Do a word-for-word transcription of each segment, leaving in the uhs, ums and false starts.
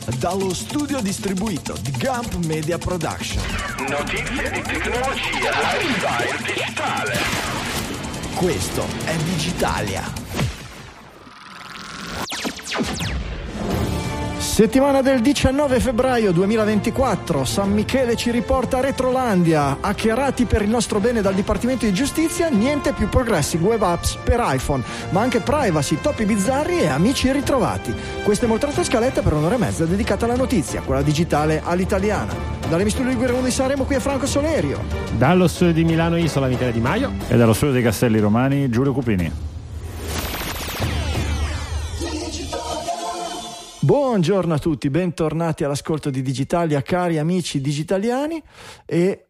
dallo studio distribuito di Gump Media Production. Notizie di tecnologia, lifestyle digitale. Questo è Digitalia. Settimana del diciannove febbraio duemilaventiquattro, San Michele ci riporta Retrolandia, hackerati per il nostro bene dal Dipartimento di Giustizia, niente più progressive web apps per iPhone, ma anche privacy, topi bizzarri e amici ritrovati. Questa è molto altra scaletta per un'ora e mezza dedicata alla notizia, quella digitale all'italiana. Dalle studio di Guerra uno di Sanremo qui a Franco Solerio. Dallo studio di Milano Isola Michele Di Maio. E dallo studio dei Castelli Romani Giulio Cupini. Buongiorno a tutti, bentornati all'ascolto di Digitalia, cari amici digitaliani, e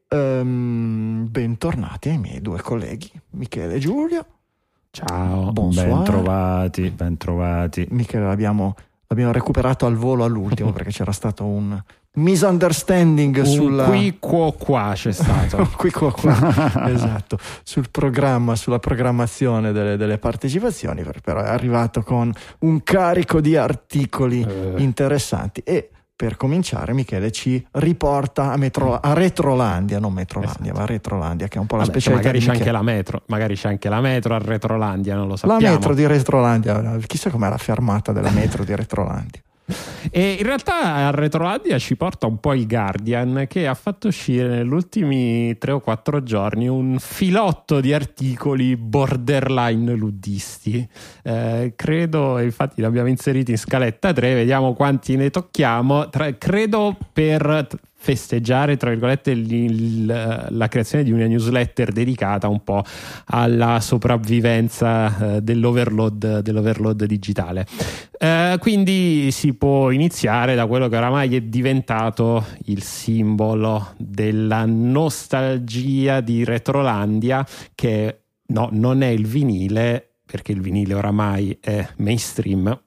um, bentornati ai miei due colleghi, Michele e Giulio. Ciao, ben trovati, ben trovati. Michele l'abbiamo, l'abbiamo recuperato al volo all'ultimo perché c'era stato un misunderstanding un sulla... qui quo qua c'è stato. qui quo qua, esatto, sul programma, sulla programmazione delle, delle partecipazioni, però è arrivato con un carico di articoli eh. interessanti e per cominciare Michele ci riporta a, metro, a Retrolandia, non Metrolandia, esatto. ma a Retrolandia, che è un po' la Vabbè, specialità. Magari c'è Michele. anche la metro, magari c'è anche la metro a Retrolandia, non lo sappiamo. La metro di Retrolandia, chissà com'è la fermata della metro di Retrolandia. E in realtà a Retrolandia ci porta un po' il Guardian, che ha fatto uscire negli ultimi tre o quattro giorni un filotto di articoli borderline luddisti. Eh, credo, infatti l'abbiamo inserito in scaletta tre, vediamo quanti ne tocchiamo. Tra, credo per festeggiare, tra virgolette, il, il, la creazione di una newsletter dedicata un po' alla sopravvivenza eh, dell'overload, dell'overload digitale. Eh, quindi si può iniziare da quello che oramai è diventato il simbolo della nostalgia di Retrolandia, che no, non è il vinile, perché il vinile oramai è mainstream,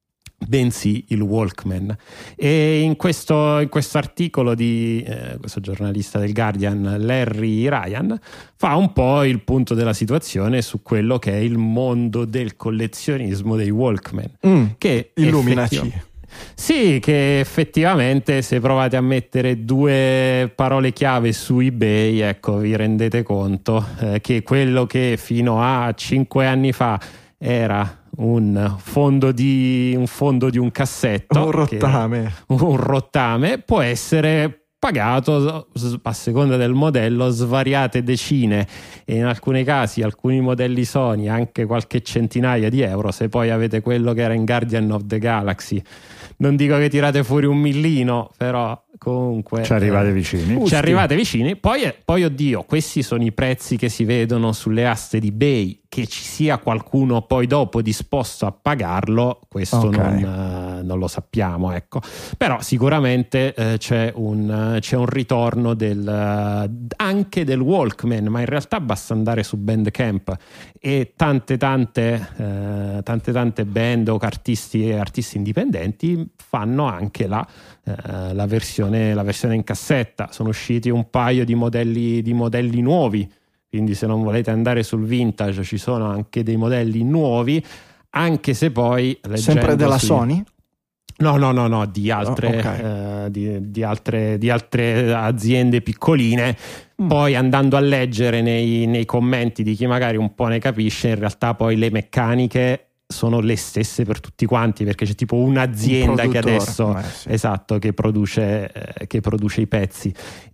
bensì il Walkman. E in questo, in questo articolo di eh, questo giornalista del Guardian, Larry Ryan, fa un po' il punto della situazione su quello che è il mondo del collezionismo dei Walkman. Mm, che illuminaci. Effettiv- sì, che effettivamente se provate a mettere due parole chiave su eBay, ecco, vi rendete conto eh, che quello che fino a cinque anni fa era un fondo di un fondo di un cassetto, un rottame, un rottame può essere pagato a seconda del modello svariate decine e in alcuni casi alcuni modelli Sony anche qualche centinaia di euro. Se poi avete quello che era in Guardian of the Galaxy, non dico che tirate fuori un millino, però comunque ci arrivate eh, vicini ci arrivate vicini. Poi, poi oddio, questi sono i prezzi che si vedono sulle aste di eBay. Che ci sia qualcuno poi dopo disposto a pagarlo, questo okay. non, uh, non lo sappiamo, ecco. Però sicuramente uh, c'è, un, uh, c'è un ritorno del, uh, anche del Walkman, ma in realtà basta andare su Bandcamp e tante tante uh, tante tante band o artisti e artisti indipendenti fanno anche la, uh, la versione la versione in cassetta. Sono usciti un paio di modelli di modelli nuovi. Quindi se non volete andare sul vintage ci sono anche dei modelli nuovi, anche se poi... Sempre della sui... Sony? No, no, no, no, di altre, oh, okay. eh, di, di, altre, di altre aziende piccoline. Mm. Poi andando a leggere nei, nei commenti di chi magari un po' ne capisce, in realtà poi le meccaniche sono le stesse per tutti quanti, perché c'è tipo un'azienda un che adesso eh, sì. esatto che produce, eh, che produce i pezzi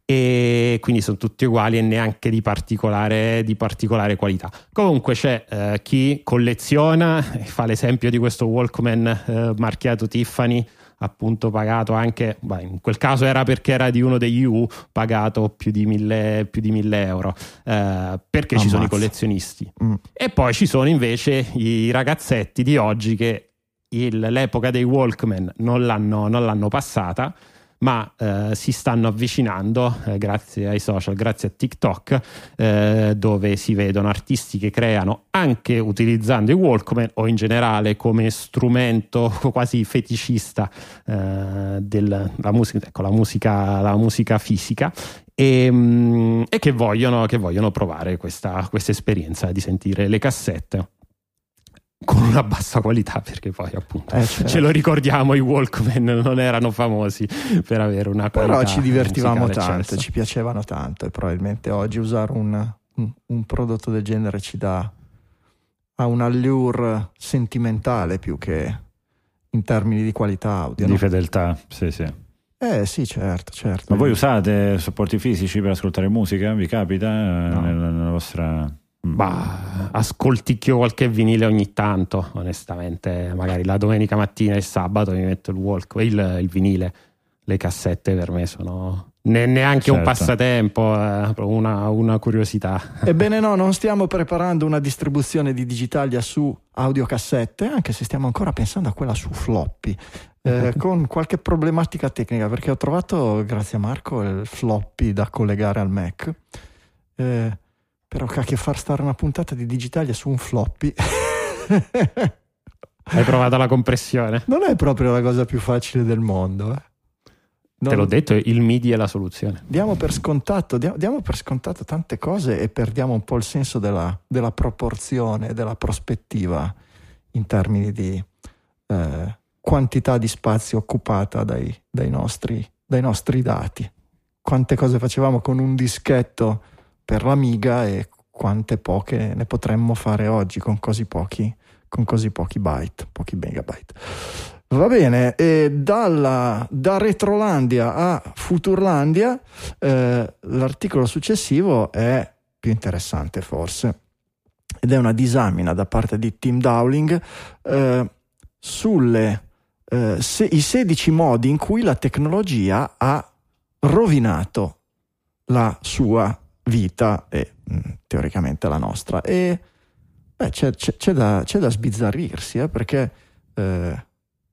e quindi sono tutti uguali e neanche di particolare, di particolare qualità. Comunque c'è eh, chi colleziona, fa l'esempio di questo Walkman eh, marchiato Tiffany, appunto pagato anche, beh, in quel caso era perché era di uno degli U, pagato più di mille, più di mille euro eh, perché Ammazza. Ci sono i collezionisti. Mm. E poi ci sono invece i ragazzetti di oggi che il, l'epoca dei Walkman non l'hanno, non l'hanno passata, ma eh, si stanno avvicinando eh, grazie ai social, grazie a TikTok, eh, dove si vedono artisti che creano anche utilizzando i Walkman o in generale come strumento quasi feticista eh, della musica, ecco, la musica, la musica fisica. E, mh, e che vogliono, che vogliono provare questa, questa esperienza di sentire le cassette. con una bassa qualità, perché poi appunto eh, certo. ce lo ricordiamo, i Walkman non erano famosi per avere una qualità, però ci divertivamo tanto, eccelsa. Ci piacevano tanto, e probabilmente oggi usare un, un, un prodotto del genere ci dà ha un allure sentimentale più che in termini di qualità audio, di no? fedeltà, sì sì. Eh sì, certo, certo. Ma voi usate supporti fisici per ascoltare musica? Vi capita No. nella, nella vostra... Bah, ascolticchio qualche vinile ogni tanto, onestamente. Magari la domenica mattina e il sabato mi metto il walk, il, il vinile. Le cassette per me sono ne, neanche certo. un passatempo, eh, una, una curiosità. Ebbene no, non stiamo preparando una distribuzione di Digitalia su audiocassette, anche se stiamo ancora pensando a quella su floppy, eh, con qualche problematica tecnica, perché ho trovato, grazie a Marco, il floppy da collegare al Mac. Eh, però cacchio, far stare una puntata di Digitalia su un floppy Hai provato la compressione? non è proprio la cosa più facile del mondo, eh. Non... Te l'ho detto, il MIDI è la soluzione. Diamo per scontato, diamo, diamo per scontato tante cose e perdiamo un po' il senso della, della proporzione, della prospettiva in termini di eh, quantità di spazio occupata dai, dai, nostri, dai nostri dati. Quante cose facevamo con un dischetto per l'Amiga e quante poche ne potremmo fare oggi con così pochi, con così pochi byte, pochi megabyte. Va bene, e dalla, da Retrolandia a Futurlandia, eh, l'articolo successivo è più interessante forse, ed è una disamina da parte di Tim Dowling eh, sulle eh, se, i sedici modi in cui la tecnologia ha rovinato la sua vita e mh, teoricamente la nostra. E beh, c'è, c'è, c'è, da, c'è da sbizzarrirsi, eh, perché eh,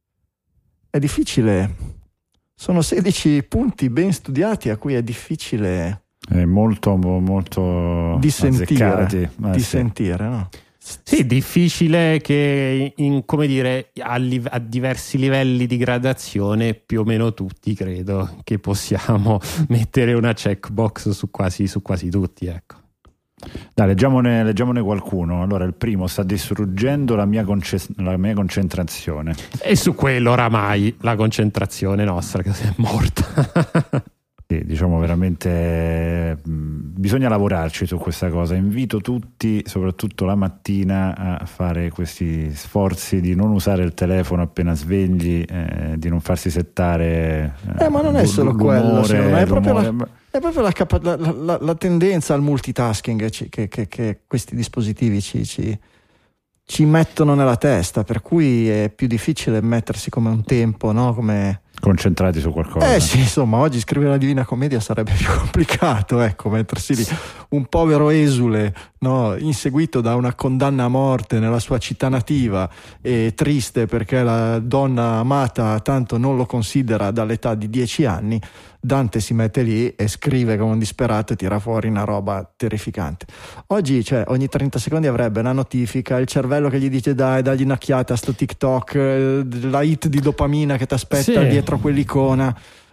è difficile, sono sedici punti ben studiati a cui è difficile È molto molto di sentire, azzeccati. Eh, di sì. sentire, no? Sì, difficile che in, come dire, a, li, a diversi livelli di gradazione più o meno tutti credo che possiamo mettere una checkbox su quasi, su quasi tutti, ecco. Dai, leggiamone, leggiamone qualcuno. Allora, il primo: sta distruggendo la mia, conce- la mia concentrazione. E su quello oramai la concentrazione nostra che è morta. Sì, diciamo veramente mh, bisogna lavorarci su questa cosa. Invito tutti, soprattutto la mattina, a fare questi sforzi di non usare il telefono appena svegli, eh, di non farsi settare eh, Eh, ma non è l- solo l'umore, quello, secondo me, è proprio la, l'umore. è proprio la, capa- la, la, la tendenza al multitasking ci- che, che, che questi dispositivi ci, ci, ci mettono nella testa, per cui è più difficile mettersi come un tempo, no? Come... Concentrati su qualcosa. Eh sì, insomma, oggi scrivere la Divina Commedia sarebbe più complicato, ecco, mettersi lì un povero esule, no, inseguito da una condanna a morte nella sua città nativa e triste perché la donna amata tanto non lo considera dall'età di dieci anni. Dante si mette lì e scrive come un disperato e tira fuori una roba terrificante. Oggi, cioè, ogni trenta secondi avrebbe una notifica, il cervello che gli dice dai, dagli un'occhiata a sto TikTok, eh, la hit di dopamina che ti aspetta Sì. dietro quell'icona.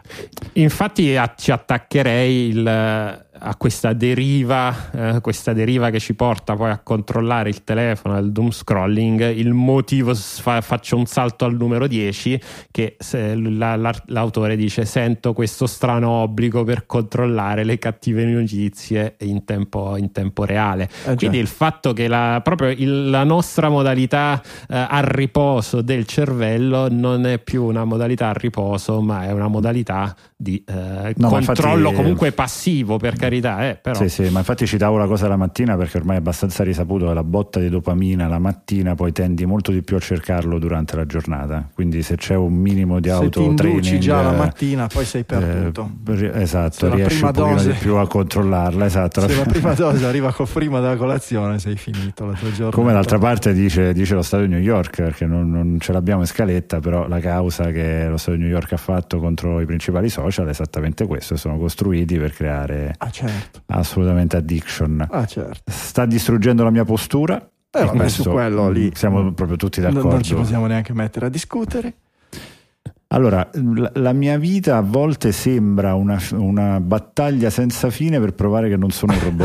Infatti a, ci attaccherei il, a questa deriva, eh, questa deriva che ci porta poi a controllare il telefono, il doom scrolling. Il motivo, fa, faccio un salto al numero dieci, che se la, la, l'autore dice: sento questo strano obbligo per controllare le cattive notizie in tempo, in tempo reale. Eh, Quindi il fatto che la, proprio il, la nostra modalità eh, a riposo del cervello non è più una modalità a riposo, ma è una modalità di eh, No, controllo infatti, comunque passivo, per carità, eh, però. Sì, sì, ma infatti citavo la cosa la mattina perché ormai è abbastanza risaputo che la botta di dopamina la mattina poi tendi molto di più a cercarlo durante la giornata, quindi se c'è un minimo di Se ti autotraining, induci già la mattina poi sei perduto. eh, esatto, Se la riesci prima un pochino dose- di più a controllarla, esatto. Se la prima dose arriva con prima della colazione sei finito la tua giornata. Come d'altra parte dice, dice lo Stato di New York, perché non, non ce l'abbiamo in scaletta, però la causa che lo Stato di New York ha fatto contro i principali social è esattamente questo: sono costruiti per creare Ah certo, assolutamente addiction. ah certo. Sta distruggendo la mia postura. Eh, E vabbè, questo, su quello lì siamo proprio tutti non, d'accordo. non ci possiamo neanche mettere a discutere. Allora, la, la mia vita a volte sembra una, una battaglia senza fine per provare che non sono un robot.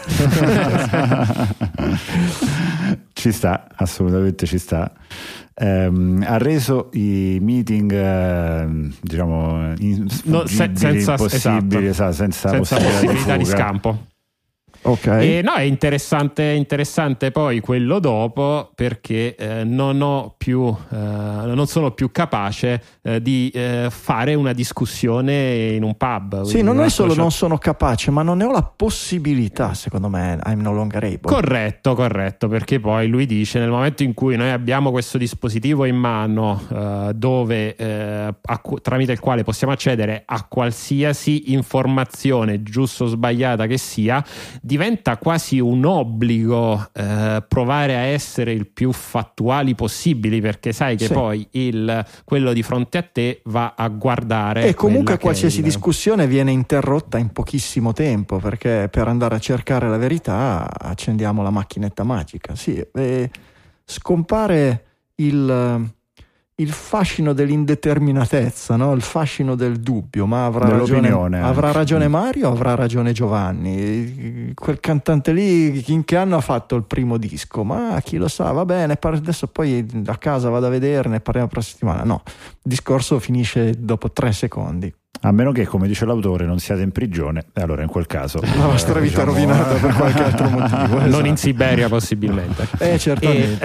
Ci sta, assolutamente ci sta. Um, ha reso i meeting uh, diciamo no, se, senza, impossibili, esatto, senza, senza possibilità, possibilità di, di scampo. Okay. E no, è interessante, interessante poi quello dopo, perché eh, non ho più eh, non sono più capace eh, di eh, fare una discussione in un pub. Sì, non è solo social... non sono capace, ma non ne ho la possibilità, secondo me. I'm no longer able. Corretto, corretto, perché poi lui dice: nel momento in cui noi abbiamo questo dispositivo in mano eh, dove eh, a, tramite il quale possiamo accedere a qualsiasi informazione, giusto o sbagliata che sia, diventa quasi un obbligo eh, provare a essere il più fattuali possibili, perché sai che sì. poi il, quello di fronte a te va a guardare e comunque qualsiasi il... discussione viene interrotta in pochissimo tempo, perché per andare a cercare la verità accendiamo la macchinetta magica. Sì, e scompare il il fascino dell'indeterminatezza, no? Il fascino del dubbio, ma avrà ragione, avrà ragione Mario, avrà ragione Giovanni, quel cantante lì in che anno ha fatto il primo disco, ma chi lo sa, va bene, adesso poi a casa vado a vedere, ne parliamo la prossima settimana. No, il discorso finisce dopo tre secondi. A meno che, come dice l'autore, non siate in prigione, e allora in quel caso la vostra eh, vita diciamo... è rovinata per qualche altro motivo. Esatto. Non in Siberia possibilmente. Eh certamente.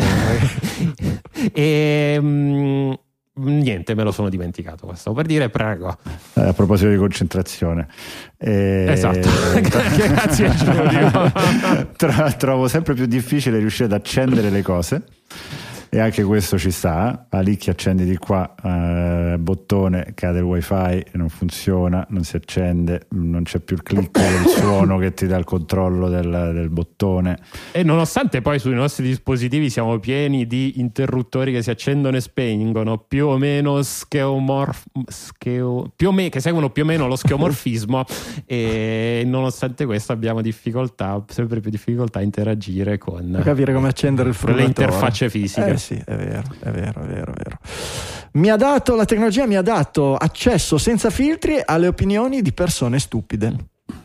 E, e mh, niente, me lo sono dimenticato, questo per dire, prego. Eh, a proposito di concentrazione. Eh, esatto. Grazie Giulio. Trovo sempre più difficile riuscire ad accendere le cose. E anche questo ci sta, a lì che accendi di qua, eh, bottone, cade il wifi, non funziona, non si accende, non c'è più il click del suono che ti dà il controllo del, del bottone. E nonostante poi sui nostri dispositivi siamo pieni di interruttori che si accendono e spengono, più o meno scheomorf, scheo, più o me, che seguono più o meno lo scheomorfismo, e nonostante questo abbiamo difficoltà, sempre più difficoltà a interagire con a capire come accendere il frullatore, le interfacce fisiche. Eh sì, è vero, è vero, è vero, è vero. Mi ha dato, la tecnologia mi ha dato accesso senza filtri alle opinioni di persone stupide.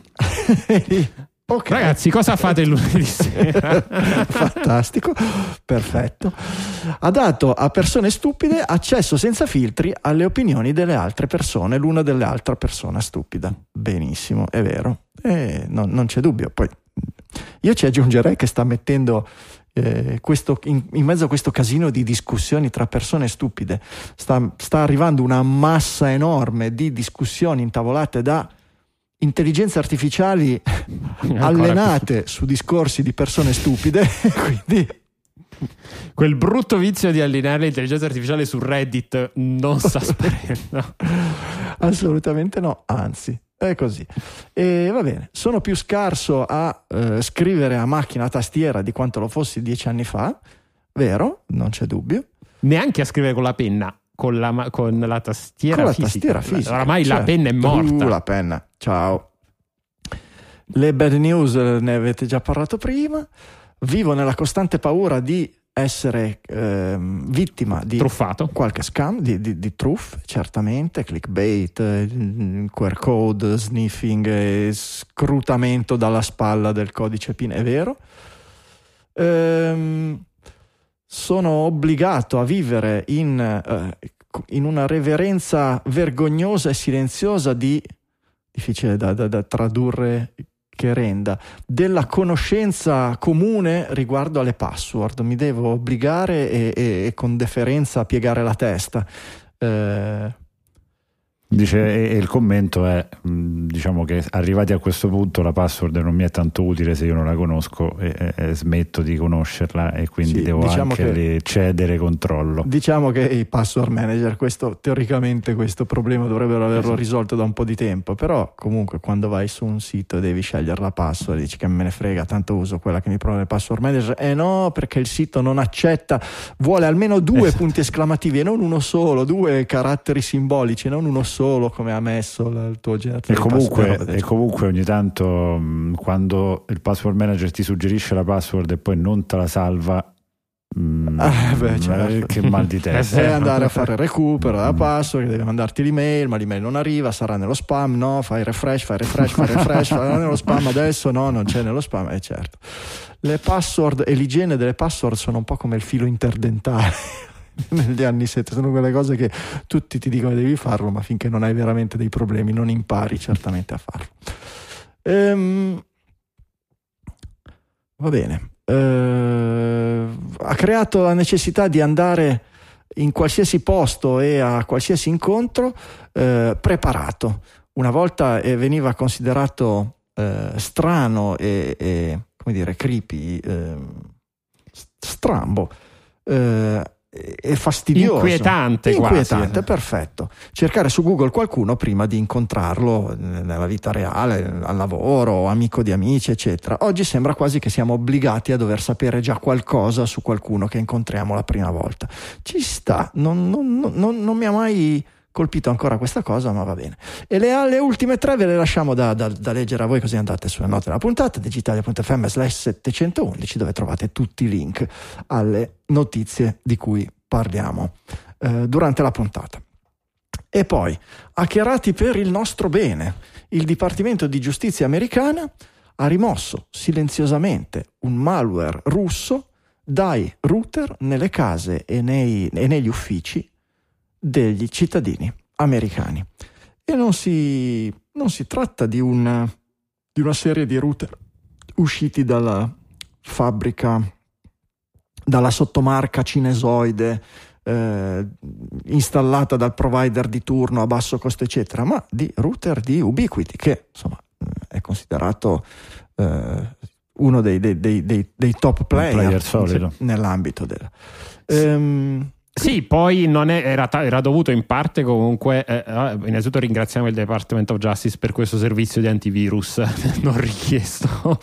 Okay. Ragazzi, cosa fate il lunedì sera? Fantastico, perfetto. Ha dato a persone stupide accesso senza filtri alle opinioni delle altre persone, l'una delle altre persona stupida. Benissimo, è vero, e non, non c'è dubbio. Poi io ci aggiungerei che sta mettendo eh, questo, in, in mezzo a questo casino di discussioni tra persone stupide, sta, sta arrivando una massa enorme di discussioni intavolate da intelligenze artificiali allenate su discorsi di persone stupide. Quindi quel brutto vizio di allenare l'intelligenza artificiale su Reddit non sta sparendo. Assolutamente no, anzi è così. E va bene, sono più scarso a eh, scrivere a macchina a tastiera di quanto lo fossi dieci anni fa, vero? Non c'è dubbio. Neanche a scrivere con la penna. Con la, con la tastiera con la fisica. tastiera fisica. Oramai certo. La penna è morta. Uh, la penna, ciao. Le bad news ne avete già parlato prima. Vivo nella costante paura di essere eh, vittima di truffato, qualche scam, di, di, di truffe, certamente, clickbait, eh, Q R code, sniffing, eh, scrutamento dalla spalla del codice PIN, è vero. Ehm, sono obbligato a vivere in, eh, in una reverenza vergognosa e silenziosa di, difficile da, da, da tradurre che renda, della conoscenza comune riguardo alle password. Mi devo obbligare e, e, e con deferenza a piegare la testa. Eh, Dice, e, e il commento è, mh, diciamo che arrivati a questo punto la password non mi è tanto utile se io non la conosco e, e, e smetto di conoscerla, e quindi sì, devo diciamo anche che, cedere controllo. Diciamo che i password manager, questo, teoricamente questo problema dovrebbero averlo risolto da un po' di tempo, però comunque quando vai su un sito e devi scegliere la password, dici che me ne frega, tanto uso quella che mi prova il password manager. Eh no, perché il sito non accetta, vuole almeno due esatto. punti esclamativi e non uno solo, due caratteri simbolici, non uno solo come ha messo il tuo generatore. E comunque, e comunque ogni tanto mh, quando il password manager ti suggerisce la password e poi non te la salva, Mm, ah, beh, certo. Che mal di testa. E andare a fare recupero della password, devi mandarti l'email, ma l'email non arriva, sarà nello spam, no, fai refresh, fai refresh, fai refresh, fai nello spam adesso, no, non c'è nello spam, eh certo. Le password e l'igiene delle password sono un po' come il filo interdentale negli anni settanta, sono quelle cose che tutti ti dicono devi farlo, ma finché non hai veramente dei problemi non impari certamente a farlo. Ehm, va bene. Uh, ha creato la necessità di andare in qualsiasi posto e a qualsiasi incontro uh, preparato. Una volta eh, veniva considerato uh, strano e, e come dire creepy, uh, strambo, uh, e fastidioso, inquietante, inquietante quasi. Perfetto. Cercare su Google qualcuno prima di incontrarlo nella vita reale, al lavoro, amico di amici, eccetera. Oggi sembra quasi che siamo obbligati a dover sapere già qualcosa su qualcuno che incontriamo la prima volta. Ci sta, non, non, non, non mi ha mai colpito ancora questa cosa, ma va bene. E le, le ultime tre ve le lasciamo da, da, da leggere a voi, così andate sulle note della puntata, digitalia punto effe emme slash settecentoundici, dove trovate tutti i link alle notizie di cui parliamo eh, durante la puntata. E poi, hackerati per il nostro bene, il Dipartimento di Giustizia americana ha rimosso silenziosamente un malware russo dai router nelle case e, nei, e negli uffici degli cittadini americani. E non si, non si tratta di una, di una serie di router usciti dalla fabbrica, dalla sottomarca cinesoide eh, installata dal provider di turno a basso costo eccetera, ma di router di Ubiquiti, che insomma è considerato eh, uno dei, dei, dei, dei, dei top player, player solido nell'ambito del ehm, Sì, poi non è, era, era dovuto in parte comunque, eh, innanzitutto ringraziamo il Department of Justice per questo servizio di antivirus non richiesto,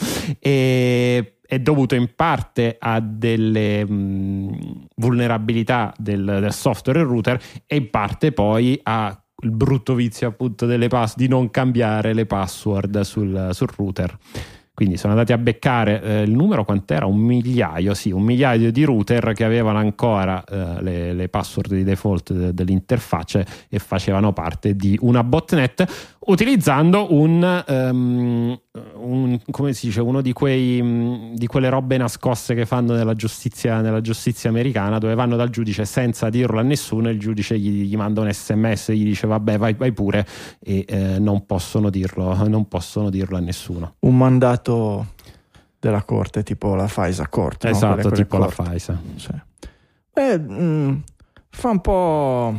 e è dovuto in parte a delle mh, vulnerabilità del, del software router, e in parte poi a il brutto vizio appunto delle pass- di non cambiare le password sul, sul router. Quindi sono andati a beccare eh, il numero, quant'era? Un migliaio, sì, un migliaio di router che avevano ancora eh, le, le password di default de, dell'interfaccia e facevano parte di una botnet, utilizzando un, um, un come si dice, uno di quei um, di quelle robe nascoste che fanno nella giustizia, nella giustizia americana, dove vanno dal giudice senza dirlo a nessuno, e il giudice gli, gli manda un sms e gli dice vabbè vai, vai pure, e eh, non possono dirlo, non possono dirlo a nessuno. Un mandato della corte, tipo la FISA Court, esatto, no? quelle, quelle tipo corte. la FISA. Sì. Beh, mh, fa un po'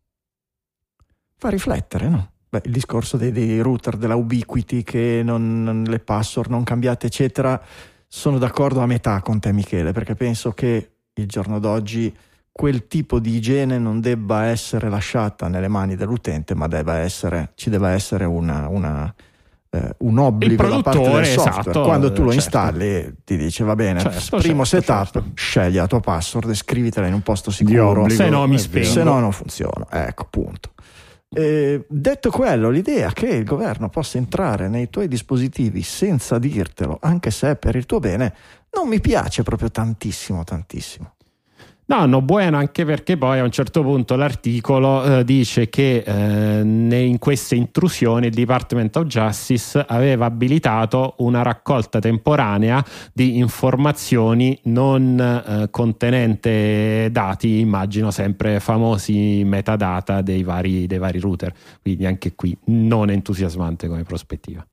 fa riflettere, no? Beh, il discorso dei, dei router della Ubiquiti, che non, non, le password non cambiate eccetera, sono d'accordo a metà con te Michele, perché penso che il giorno d'oggi quel tipo di igiene non debba essere lasciata nelle mani dell'utente, ma debba essere, ci deve essere una, una eh, un obbligo da parte del software. Esatto, quando tu lo certo. installi ti dice va bene, certo, primo certo, setup, certo. scegli la tua password e scrivitela in un posto sicuro, se no mi spengo, se no non funziona, ecco, punto. Eh, detto quello, l'idea che il governo possa entrare nei tuoi dispositivi senza dirtelo, anche se è per il tuo bene, non mi piace proprio tantissimo tantissimo. No, no, buono, anche perché poi a un certo punto l'articolo eh, dice che eh, in queste intrusioni il Department of Justice aveva abilitato una raccolta temporanea di informazioni non eh, contenente dati, immagino sempre famosi metadata dei vari, dei vari router, quindi anche qui non entusiasmante come prospettiva.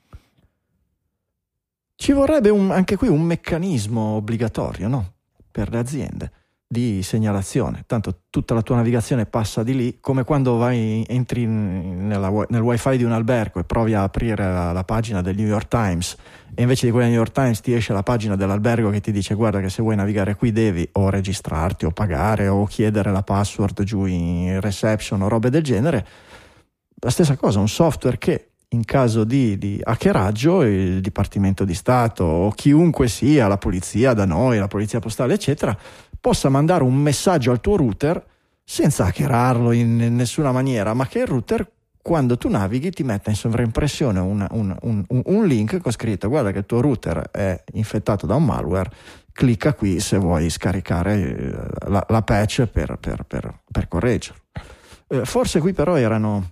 Ci vorrebbe un, anche qui un meccanismo obbligatorio, no? Per le aziende, di segnalazione, tanto tutta la tua navigazione passa di lì, come quando vai, entri nella, nel wifi di un albergo e provi a aprire la, la pagina del New York Times, e invece di quella New York Times ti esce la pagina dell'albergo che ti dice guarda che se vuoi navigare qui devi o registrarti o pagare o chiedere la password giù in reception o robe del genere. La stessa cosa, un software che in caso di, di hackeraggio il Dipartimento di Stato o chiunque sia, la polizia da noi, la polizia postale eccetera, possa mandare un messaggio al tuo router senza hackerarlo in nessuna maniera, ma che il router, quando tu navighi, ti metta in sovraimpressione un, un, un, un link con scritto guarda che il tuo router è infettato da un malware clicca qui se vuoi scaricare la, la patch per, per, per, per correggerlo. Eh, forse qui però erano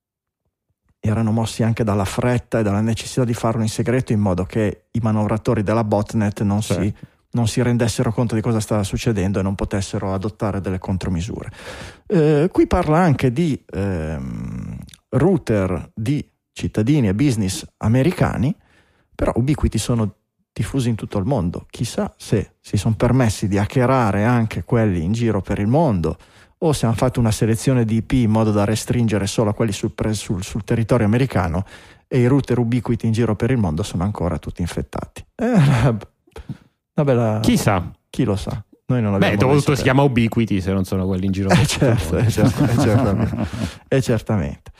erano mossi anche dalla fretta e dalla necessità di farlo in segreto, in modo che i manovratori della botnet non, sì. si, non si rendessero conto di cosa stava succedendo e non potessero adottare delle contromisure. Eh, qui parla anche di ehm, router di cittadini e business americani, però Ubiquiti sono diffusi in tutto il mondo. Chissà se si sono permessi di hackerare anche quelli in giro per il mondo, o se hanno fatto una selezione di I P in modo da restringere solo a quelli sul, sul, sul territorio americano, e i router Ubiquiti in giro per il mondo sono ancora tutti infettati. Eh, una bella... Chissà. Chi lo sa. Noi non abbiamo. Beh, dovuto si chiama Ubiquiti se non sono quelli in giro per eh, certo, eh, certo, eh, certamente. eh, certamente.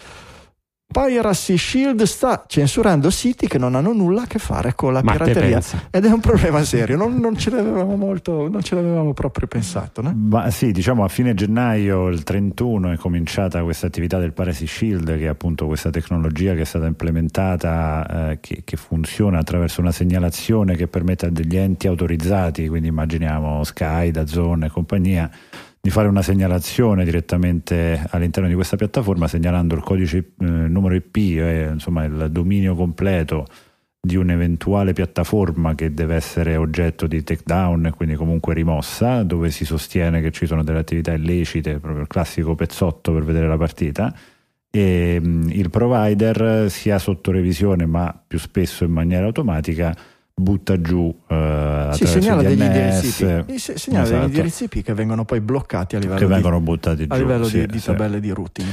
Piracy Shield sta censurando siti che non hanno nulla a che fare con la Ma pirateria, ed è un problema serio. Non, non ce l'avevamo molto, non ce l'avevamo proprio pensato, no? Ma sì, diciamo a fine gennaio, il trentuno, è cominciata questa attività del Piracy Shield, che è appunto questa tecnologia che è stata implementata, eh, che, che funziona attraverso una segnalazione che permette a degli enti autorizzati, quindi immaginiamo Sky, DAZN e compagnia, di fare una segnalazione direttamente all'interno di questa piattaforma, segnalando il codice, eh, numero I P, eh, insomma il dominio completo di un'eventuale piattaforma che deve essere oggetto di takedown e quindi comunque rimossa, dove si sostiene che ci sono delle attività illecite, proprio il classico pezzotto per vedere la partita, e mh, il provider, sia sotto revisione ma più spesso in maniera automatica, butta giù uh, si segnala degli indirizzi I P, si segnala esatto. degli indirizzi I P che vengono poi bloccati a livello che di, vengono buttati giù, a livello sì, di, di sì. tabelle di routing.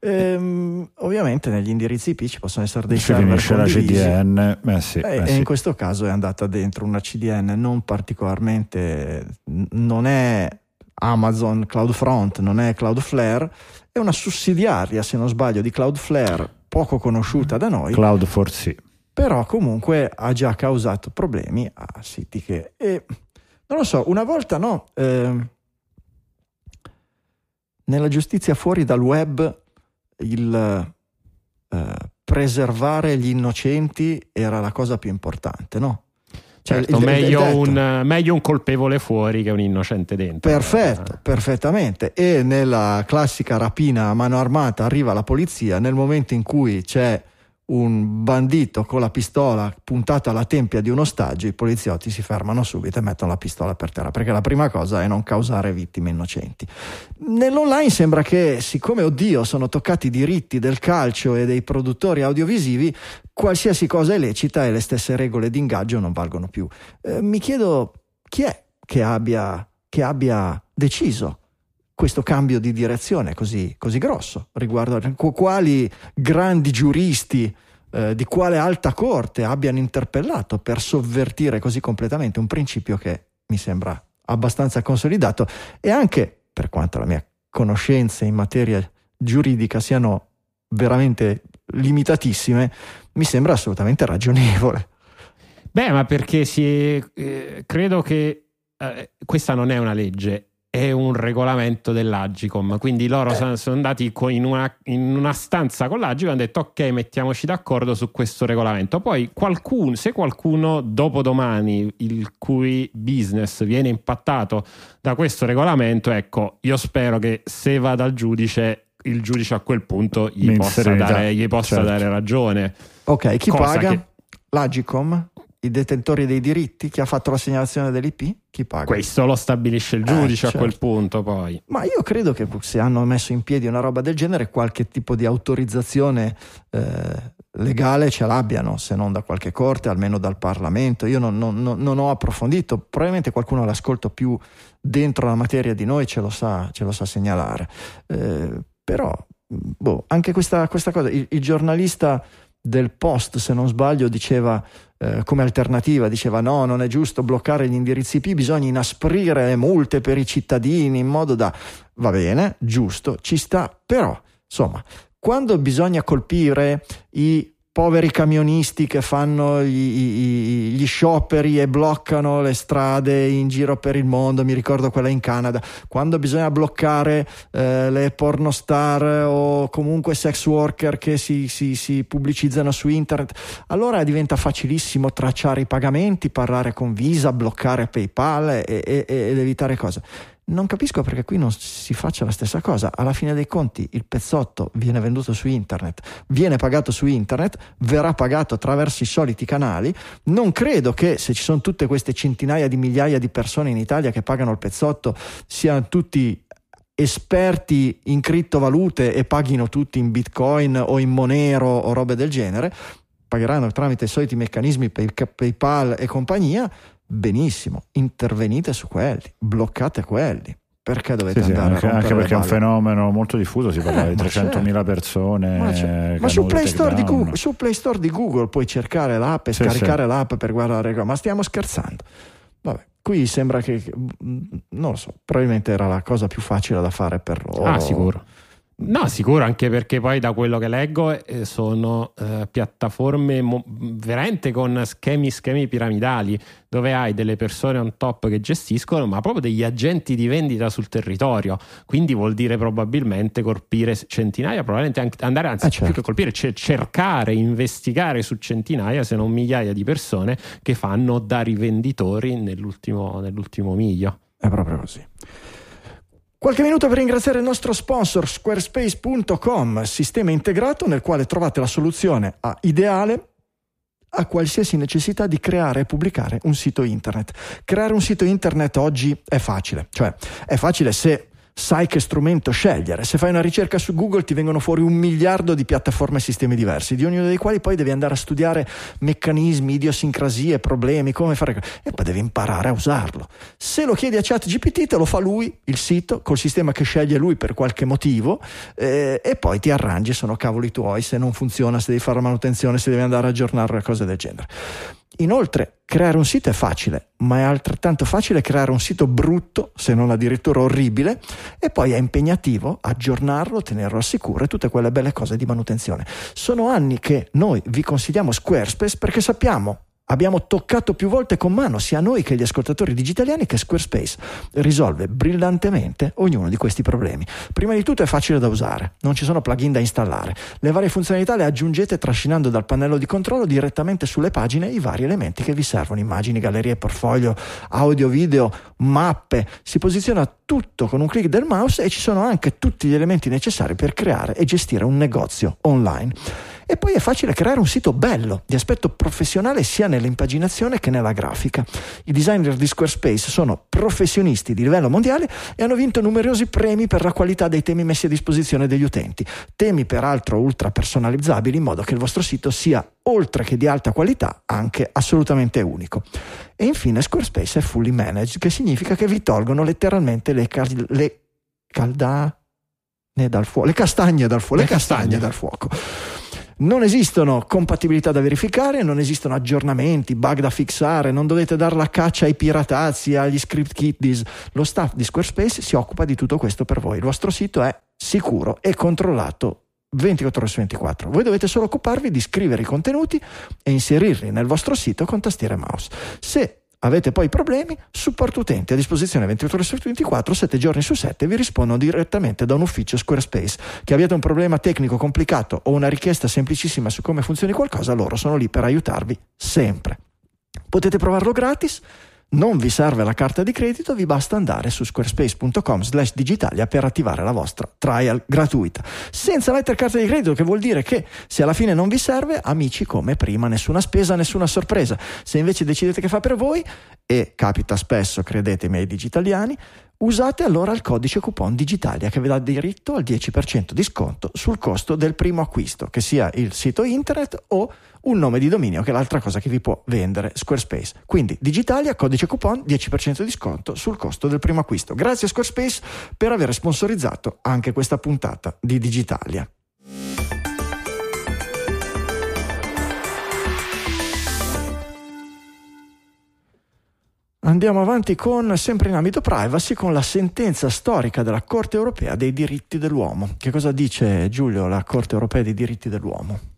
Ehm, ovviamente negli indirizzi I P ci possono essere dei si server finisce condivisi. la C D N, eh sì, e, eh e sì. in questo caso è andata dentro una C D N non particolarmente, non è Amazon CloudFront, non è Cloudflare, è una sussidiaria, se non sbaglio, di Cloudflare, poco conosciuta da noi. Cloud four C. Però comunque ha già causato problemi a siti che, e, non lo so, una volta no, eh, nella giustizia fuori dal web il eh, preservare gli innocenti era la cosa più importante, no? Cioè, certo, il, meglio, il un, meglio un colpevole fuori che un innocente dentro. Perfetto, perfettamente. E nella classica rapina a mano armata arriva la polizia, nel momento in cui c'è un bandito con la pistola puntata alla tempia di un ostaggio, i poliziotti si fermano subito e mettono la pistola per terra, perché la prima cosa è non causare vittime innocenti. Nell'online sembra che, siccome oddio sono toccati i diritti del calcio e dei produttori audiovisivi, qualsiasi cosa è lecita e le stesse regole di ingaggio non valgono più. Eh, mi chiedo chi è che abbia, che abbia deciso questo cambio di direzione così, così grosso, riguardo a quali grandi giuristi eh, di quale alta corte abbiano interpellato per sovvertire così completamente un principio che mi sembra abbastanza consolidato, e anche, per quanto la mia conoscenze in materia giuridica siano veramente limitatissime, mi sembra assolutamente ragionevole. Beh, ma perché si eh, credo che eh, questa non è una legge, è un regolamento dell'Agicom, quindi loro sono, sono andati in una, in una stanza con l'Agicom e hanno detto ok, mettiamoci d'accordo su questo regolamento. Poi qualcuno, se qualcuno dopodomani il cui business viene impattato da questo regolamento, ecco, io spero che se va dal giudice, il giudice a quel punto gli possa, dare, gli possa certo. dare ragione. Ok, chi Cosa paga? Che... L'Agicom? I detentori dei diritti? Chi ha fatto la segnalazione dell'I P? Chi paga? Questo lo stabilisce il giudice eh, certo. a quel punto poi. Ma io credo che se hanno messo in piedi una roba del genere, qualche tipo di autorizzazione eh, legale ce l'abbiano, se non da qualche corte, almeno dal Parlamento. Io non, non, non ho approfondito, probabilmente qualcuno all'ascolto più dentro la materia di noi ce lo sa, ce lo sa segnalare. Eh, però, boh, anche questa, questa cosa, il, il giornalista del Post, se non sbaglio, diceva eh, come alternativa, diceva no, non è giusto bloccare gli indirizzi I P, bisogna inasprire le multe per i cittadini in modo da... Va bene, giusto, ci sta, però insomma, quando bisogna colpire i poveri camionisti che fanno gli, gli scioperi e bloccano le strade in giro per il mondo. Mi ricordo quella in Canada, quando bisogna bloccare eh, le pornostar o comunque sex worker che si, si, si pubblicizzano su internet, allora diventa facilissimo tracciare i pagamenti, parlare con Visa, bloccare PayPal e, e, ed evitare cose. Non capisco perché qui non si faccia la stessa cosa. Alla fine dei conti il pezzotto viene venduto su internet, viene pagato su internet, verrà pagato attraverso i soliti canali. Non credo che, se ci sono tutte queste centinaia di migliaia di persone in Italia che pagano il pezzotto, siano tutti esperti in criptovalute e paghino tutti in Bitcoin o in Monero o robe del genere. Pagheranno tramite i soliti meccanismi pay, PayPal e compagnia. Benissimo, intervenite su quelli, bloccate quelli. Perché dovete sì, andare sì, a anche perché è un balle? fenomeno molto diffuso, si parla eh, di trecentomila certo. persone. Ma, ma su, Play Store di Google, su Play Store di Google puoi cercare l'app e sì, scaricare sì. l'app per guardare, ma stiamo scherzando? Vabbè, qui sembra che, non lo so, probabilmente era la cosa più facile da fare per loro. Ah, sicuro. No, sicuro, anche perché poi da quello che leggo eh, sono eh, piattaforme mo- veramente con schemi schemi piramidali, dove hai delle persone on top che gestiscono, ma proprio degli agenti di vendita sul territorio. Quindi vuol dire probabilmente colpire centinaia, probabilmente anche andare, anzi eh certo. più che colpire, c- cercare, investigare su centinaia, se non migliaia di persone che fanno da rivenditori nell'ultimo, nell'ultimo miglio. È proprio così. Qualche minuto per ringraziare il nostro sponsor Squarespace punto com, sistema integrato nel quale trovate la soluzione a ideale a qualsiasi necessità di creare e pubblicare un sito internet. Creare un sito internet oggi è facile, cioè è facile se sai che strumento scegliere. Se fai una ricerca su Google ti vengono fuori un miliardo di piattaforme e sistemi diversi, di ognuno dei quali poi devi andare a studiare meccanismi, idiosincrasie, problemi, come fare, e poi devi imparare a usarlo. Se lo chiedi a ChatGPT te lo fa lui, il sito, col sistema che sceglie lui per qualche motivo, eh, e poi ti arrangi, sono cavoli tuoi se non funziona, se devi fare la manutenzione, se devi andare a aggiornare, cose del genere. Inoltre, creare un sito è facile, ma è altrettanto facile creare un sito brutto, se non addirittura orribile, e poi è impegnativo aggiornarlo, tenerlo al sicuro e tutte quelle belle cose di manutenzione. Sono anni che noi vi consigliamo Squarespace perché sappiamo, abbiamo toccato più volte con mano, sia noi che gli ascoltatori digitaliani, che Squarespace risolve brillantemente ognuno di questi problemi. Prima di tutto è facile da usare, non ci sono plugin da installare. Le varie funzionalità le aggiungete trascinando dal pannello di controllo direttamente sulle pagine i vari elementi che vi servono: immagini, gallerie, portfolio, audio, video, mappe. Si posiziona tutto con un click del mouse e ci sono anche tutti gli elementi necessari per creare e gestire un negozio online. E poi è facile creare un sito bello, di aspetto professionale sia nell'impaginazione che nella grafica. I designer di Squarespace sono professionisti di livello mondiale e hanno vinto numerosi premi per la qualità dei temi messi a disposizione degli utenti. Temi peraltro ultra personalizzabili, in modo che il vostro sito sia, oltre che di alta qualità, anche assolutamente unico. E infine Squarespace è fully managed, che significa che vi tolgono letteralmente le, cal- le caldane dal fuoco, le castagne dal fuoco, le, le castagne, castagne dal fuoco. Non esistono compatibilità da verificare, non esistono aggiornamenti, bug da fissare, non dovete dar la caccia ai piratazzi, agli script kiddies. Lo staff di Squarespace si occupa di tutto questo per voi. Il vostro sito è sicuro e controllato ventiquattro ore su ventiquattro. Voi dovete solo occuparvi di scrivere i contenuti e inserirli nel vostro sito con tastiera e mouse. Se avete poi problemi, supporto utenti a disposizione ventiquattro ore su ventiquattro, sette giorni su sette, vi rispondono direttamente da un ufficio Squarespace. Che abbiate un problema tecnico complicato o una richiesta semplicissima su come funzioni qualcosa, loro sono lì per aiutarvi sempre. Potete provarlo gratis, non vi serve la carta di credito, vi basta andare su squarespace punto com slash digitalia per attivare la vostra trial gratuita. Senza mettere carta di credito, che vuol dire che se alla fine non vi serve, amici come prima, nessuna spesa, nessuna sorpresa. Se invece decidete che fa per voi, e capita spesso, credetemi ai digitaliani, usate allora il codice coupon Digitalia, che vi dà diritto al dieci per cento di sconto sul costo del primo acquisto, che sia il sito internet o un nome di dominio, che è l'altra cosa che vi può vendere Squarespace. Quindi Digitalia, codice coupon, dieci per cento di sconto sul costo del primo acquisto. Grazie a Squarespace per aver sponsorizzato anche questa puntata di Digitalia. Andiamo avanti con, sempre in ambito privacy, con la sentenza storica della Corte Europea dei diritti dell'uomo. Che cosa dice, Giulio, la Corte Europea dei diritti dell'uomo?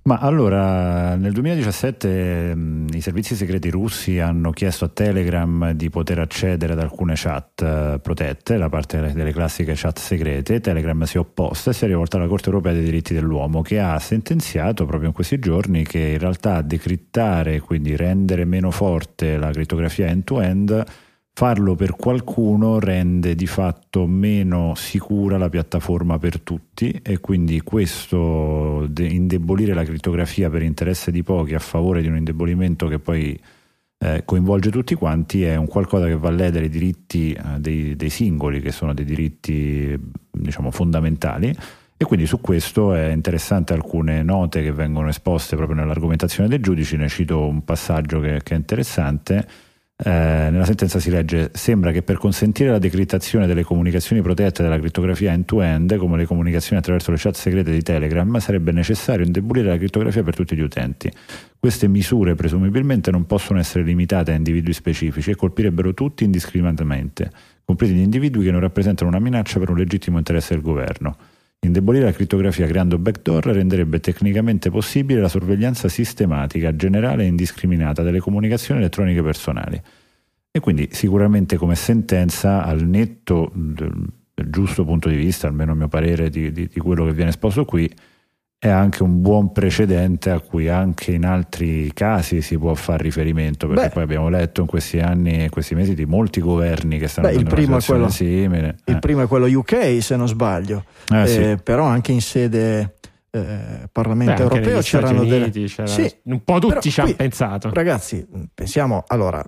Ma allora, nel duemiladiciassette mh, i servizi segreti russi hanno chiesto a Telegram di poter accedere ad alcune chat uh, protette, la parte delle, delle classiche chat segrete. Telegram si è opposta e si è rivolta alla Corte Europea dei diritti dell'uomo, che ha sentenziato proprio in questi giorni che in realtà decrittare, quindi rendere meno forte la crittografia end-to-end, farlo per qualcuno rende di fatto meno sicura la piattaforma per tutti, e quindi questo de- indebolire la crittografia per interesse di pochi a favore di un indebolimento che poi eh, coinvolge tutti quanti è un qualcosa che va a ledere i diritti eh, dei, dei singoli, che sono dei diritti diciamo fondamentali. E quindi su questo è interessante alcune note che vengono esposte proprio nell'argomentazione dei giudici. Ne cito un passaggio che, che è interessante. Eh, nella sentenza si legge: sembra che per consentire la decrittazione delle comunicazioni protette dalla crittografia end-to-end, come le comunicazioni attraverso le chat segrete di Telegram, sarebbe necessario indebolire la crittografia per tutti gli utenti. Queste misure presumibilmente non possono essere limitate a individui specifici e colpirebbero tutti indiscriminatamente, compresi gli individui che non rappresentano una minaccia per un legittimo interesse del governo. Indebolire la crittografia creando backdoor renderebbe tecnicamente possibile la sorveglianza sistematica, generale e indiscriminata delle comunicazioni elettroniche personali. E quindi sicuramente come sentenza, al netto del, del giusto punto di vista, almeno a mio parere, di, di, di quello che viene esposto qui, è anche un buon precedente a cui anche in altri casi si può fare riferimento, perché Beh, poi abbiamo letto in questi anni, in questi mesi, di molti governi che stanno facendo una situazione simile. Il eh. primo è quello U K, se non sbaglio, eh, eh, sì. però anche in sede eh, Parlamento Beh, europeo c'erano Uniti, delle... c'era... Sì, un po' tutti ci hanno qui, pensato. Ragazzi, pensiamo, allora,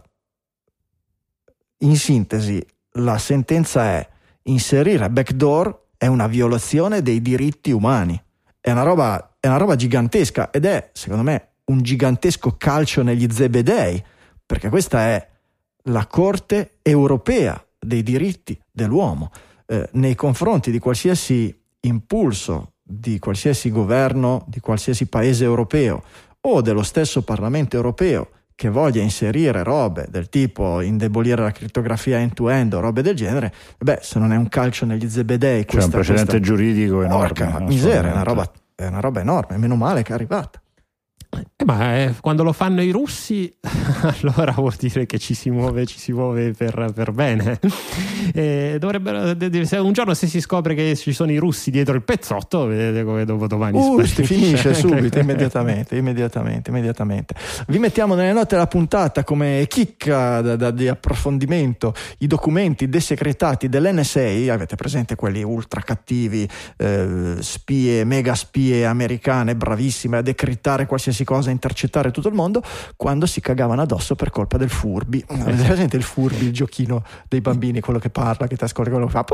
in sintesi, la sentenza è: inserire backdoor è una violazione dei diritti umani. È una roba, è una roba gigantesca, ed è, secondo me, un gigantesco calcio negli zebedei, perché questa è la Corte Europea dei diritti dell'uomo eh, nei confronti di qualsiasi impulso di qualsiasi governo di qualsiasi paese europeo o dello stesso Parlamento europeo che voglia inserire robe del tipo indebolire la crittografia end-to-end o robe del genere. Beh, se non è un calcio negli zebedei, c'è un precedente questa... giuridico enorme. Porca miseria, è una roba, è una roba enorme, meno male che è arrivata. Eh, ma eh, quando lo fanno i russi, allora vuol dire che ci si muove, ci si muove per, per bene. Eh, dovrebbero, se un giorno se si scopre che ci sono i russi dietro il pezzotto, vedete come dopo domani uh, sparisce. Finisce subito, immediatamente, immediatamente, immediatamente. Vi mettiamo nelle note della puntata come chicca da, da, di approfondimento i documenti desecretati dell'N S A. Avete presente quelli ultra cattivi, eh, spie, mega spie americane bravissime a decrittare qualsiasi cosa, intercettare tutto il mondo, quando si cagavano addosso per colpa del Furby. Avete presente il Furby, il giochino dei bambini, quello che parla, che ti ascolta, quello che fa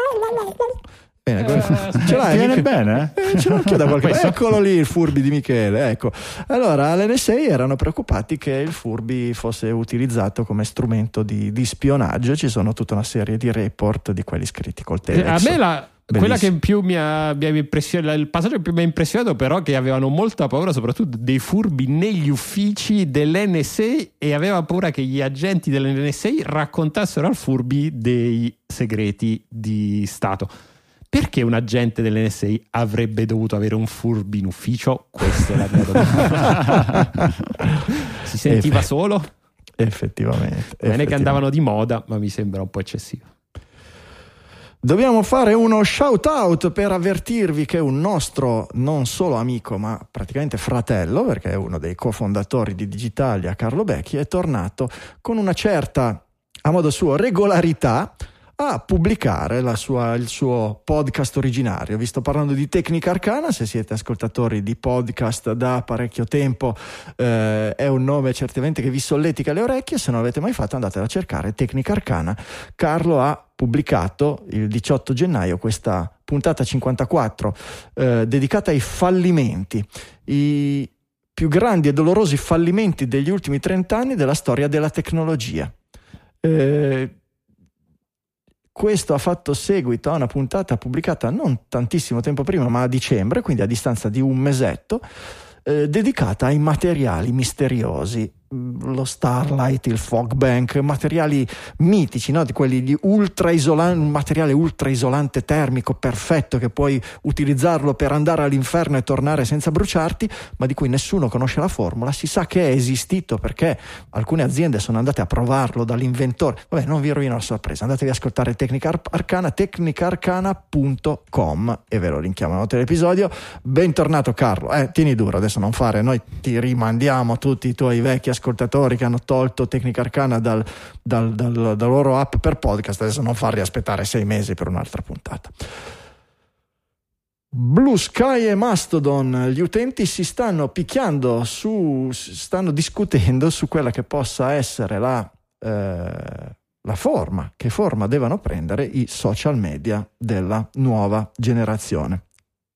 bene, quello... eh, ce l'hai viene bene eh, ce l'ho anch'io da qualche parte. Eccolo lì il Furby di Michele, ecco. Allora l'N S A erano preoccupati che il Furby fosse utilizzato come strumento di, di spionaggio. Ci sono tutta una serie di report di quelli scritti col telex. A me la Bellissimo. Quella che più mi ha, mi ha impressionato, il passaggio che più mi ha impressionato però, che avevano molta paura soprattutto dei furbi negli uffici dell'N S A, e aveva paura che gli agenti dell'N S A raccontassero al furbi dei segreti di Stato. Perché un agente dell'N S A avrebbe dovuto avere un furbi in ufficio? Questa è la mia domanda. Si sentiva Eff- solo? Effettivamente. Non è che andavano di moda, ma mi sembra un po' eccessivo. Dobbiamo fare uno shout out per avvertirvi che un nostro non solo amico ma praticamente fratello, perché è uno dei cofondatori di Digitalia, Carlo Becchi, è tornato con una certa, a modo suo, regolarità a pubblicare la sua, il suo podcast originario. Vi sto parlando di Tecnica Arcana. Se siete ascoltatori di podcast da parecchio tempo, eh, è un nome certamente che vi solletica le orecchie. Se non l'avete mai fatto, andate a cercare Tecnica Arcana. Carlo ha pubblicato il diciotto gennaio questa puntata cinquantaquattro eh, dedicata ai fallimenti, i più grandi e dolorosi fallimenti degli ultimi trent'anni della storia della tecnologia. Eh, Questo ha fatto seguito a una puntata pubblicata non tantissimo tempo prima, ma a dicembre, quindi a distanza di un mesetto, eh, dedicata ai materiali misteriosi. lo Starlight, il Fogbank, materiali mitici, no? Di quelli di ultra isolante, un materiale ultra isolante termico perfetto che puoi utilizzarlo per andare all'inferno e tornare senza bruciarti, ma di cui nessuno conosce la formula. Si sa che è esistito perché alcune aziende sono andate a provarlo dall'inventore. Vabbè, non vi rovino la sorpresa, andatevi a ascoltare Tecnica Arcana, tecnica arcana punto com, e ve lo linkiamo nella dell'episodio. Bentornato Carlo, eh, tieni duro, adesso non fare, noi ti rimandiamo tutti i tuoi vecchi ascoltatori che hanno tolto Tecnica Arcana dal, dal, dal, dal loro app per podcast, adesso non farli aspettare sei mesi per un'altra puntata. Blue Sky e Mastodon, gli utenti si stanno picchiando su, stanno discutendo su quella che possa essere la eh, la forma, che forma devono prendere i social media della nuova generazione.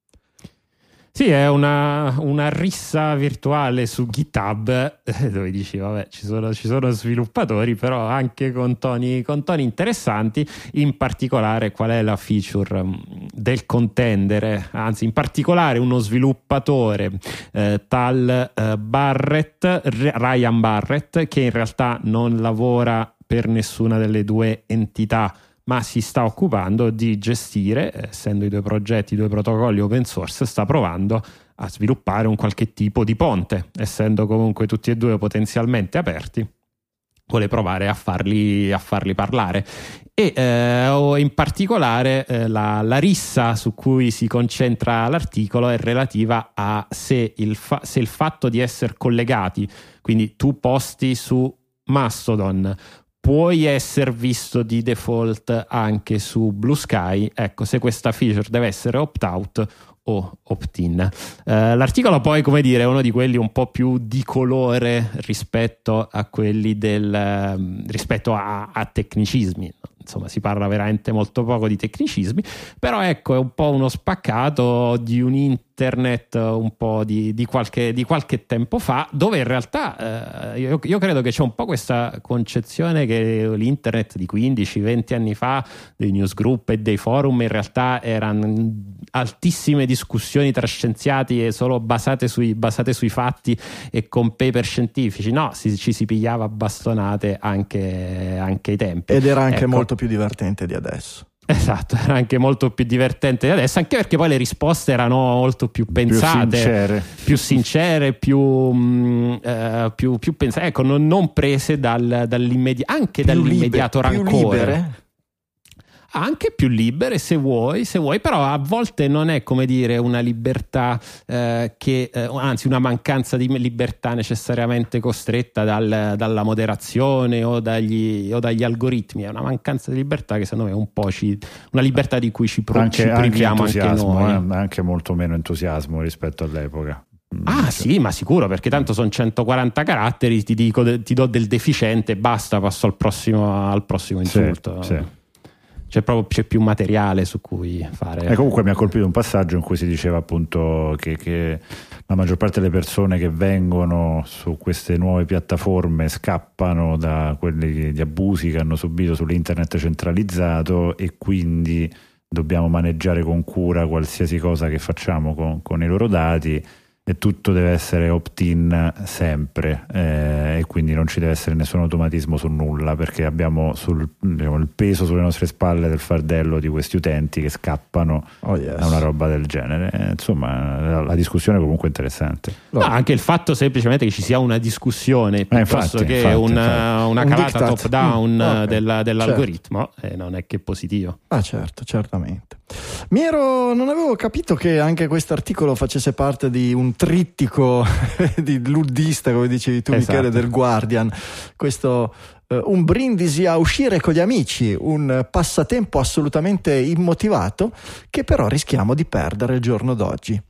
Sì, è una, una rissa virtuale su GitHub dove dici vabbè ci sono, ci sono sviluppatori, però anche con toni, con toni interessanti. In particolare qual è la feature del contendere, anzi in particolare uno sviluppatore eh, tal eh, Barrett, Ryan Barrett, che in realtà non lavora per nessuna delle due entità, ma si sta occupando di gestire, essendo i due progetti, i due protocolli open source, sta provando a sviluppare un qualche tipo di ponte, essendo comunque tutti e due potenzialmente aperti, vuole provare a farli, a farli parlare. E eh, in particolare eh, la, la rissa su cui si concentra l'articolo è relativa a se il, fa- se il fatto di essere collegati, quindi tu posti su Mastodon, puoi essere visto di default anche su Blue Sky. Ecco, se questa feature deve essere opt-out o opt-in. Eh, l'articolo poi, come dire, è uno di quelli un po' più di colore rispetto a quelli del rispetto a, a tecnicismi. Insomma, si parla veramente molto poco di tecnicismi, però ecco, è un po' uno spaccato di un internet un po' di, di, qualche, di qualche tempo fa, dove in realtà eh, io, io credo che c'è un po' questa concezione che l'internet di quindici venti anni fa, dei newsgroup e dei forum, in realtà erano altissime discussioni tra scienziati e solo basate sui, basate sui fatti e con paper scientifici. No, si, ci si pigliava a bastonate anche, anche ai tempi. Ed era anche ecco. molto più divertente di adesso. Esatto, era anche molto più divertente di adesso, anche perché poi le risposte erano molto più pensate, più sincere, più, sincere, più, mh, uh, più, più pensate, ecco, non, non prese dal, dall'immedi- anche più dall'immediato liber, rancore. Più libere? Anche più libere se vuoi, se vuoi, però a volte non è, come dire, una libertà eh, che eh, anzi una mancanza di libertà necessariamente costretta dal, dalla moderazione o dagli, o dagli algoritmi, è una mancanza di libertà che secondo me è un po' ci, una libertà di cui ci, pro, anche, ci priviamo anche, anche noi. Eh, anche molto meno entusiasmo rispetto all'epoca. Ah cioè. Sì, ma sicuro, perché tanto sono centoquaranta caratteri, ti dico, ti do del deficiente, basta, passo al prossimo, al prossimo insulto. Sì, sì. C'è proprio c'è più materiale su cui fare. E comunque mi ha colpito un passaggio in cui si diceva appunto che, che la maggior parte delle persone che vengono su queste nuove piattaforme scappano da quelli, abusi che hanno subito sull'internet centralizzato, e quindi dobbiamo maneggiare con cura qualsiasi cosa che facciamo con, con i loro dati, e tutto deve essere opt-in sempre, eh, e quindi non ci deve essere nessun automatismo su nulla, perché abbiamo sul, diciamo, il peso sulle nostre spalle del fardello di questi utenti che scappano oh yes. a una roba del genere. Eh, insomma, la, la discussione è comunque interessante. No, anche il fatto semplicemente che ci sia una discussione piuttosto eh, infatti, che infatti, una, infatti. una un calata diktat. top-down mm, okay. della, dell'algoritmo, certo. eh, non è che positivo. Ah certo, certamente. Mi ero, non avevo capito che anche questo articolo facesse parte di un trittico di luddista, come dicevi tu, esatto. Michele, del Guardian. Questo uh, un brindisi a uscire con gli amici, un passatempo assolutamente immotivato che però rischiamo di perdere il giorno d'oggi.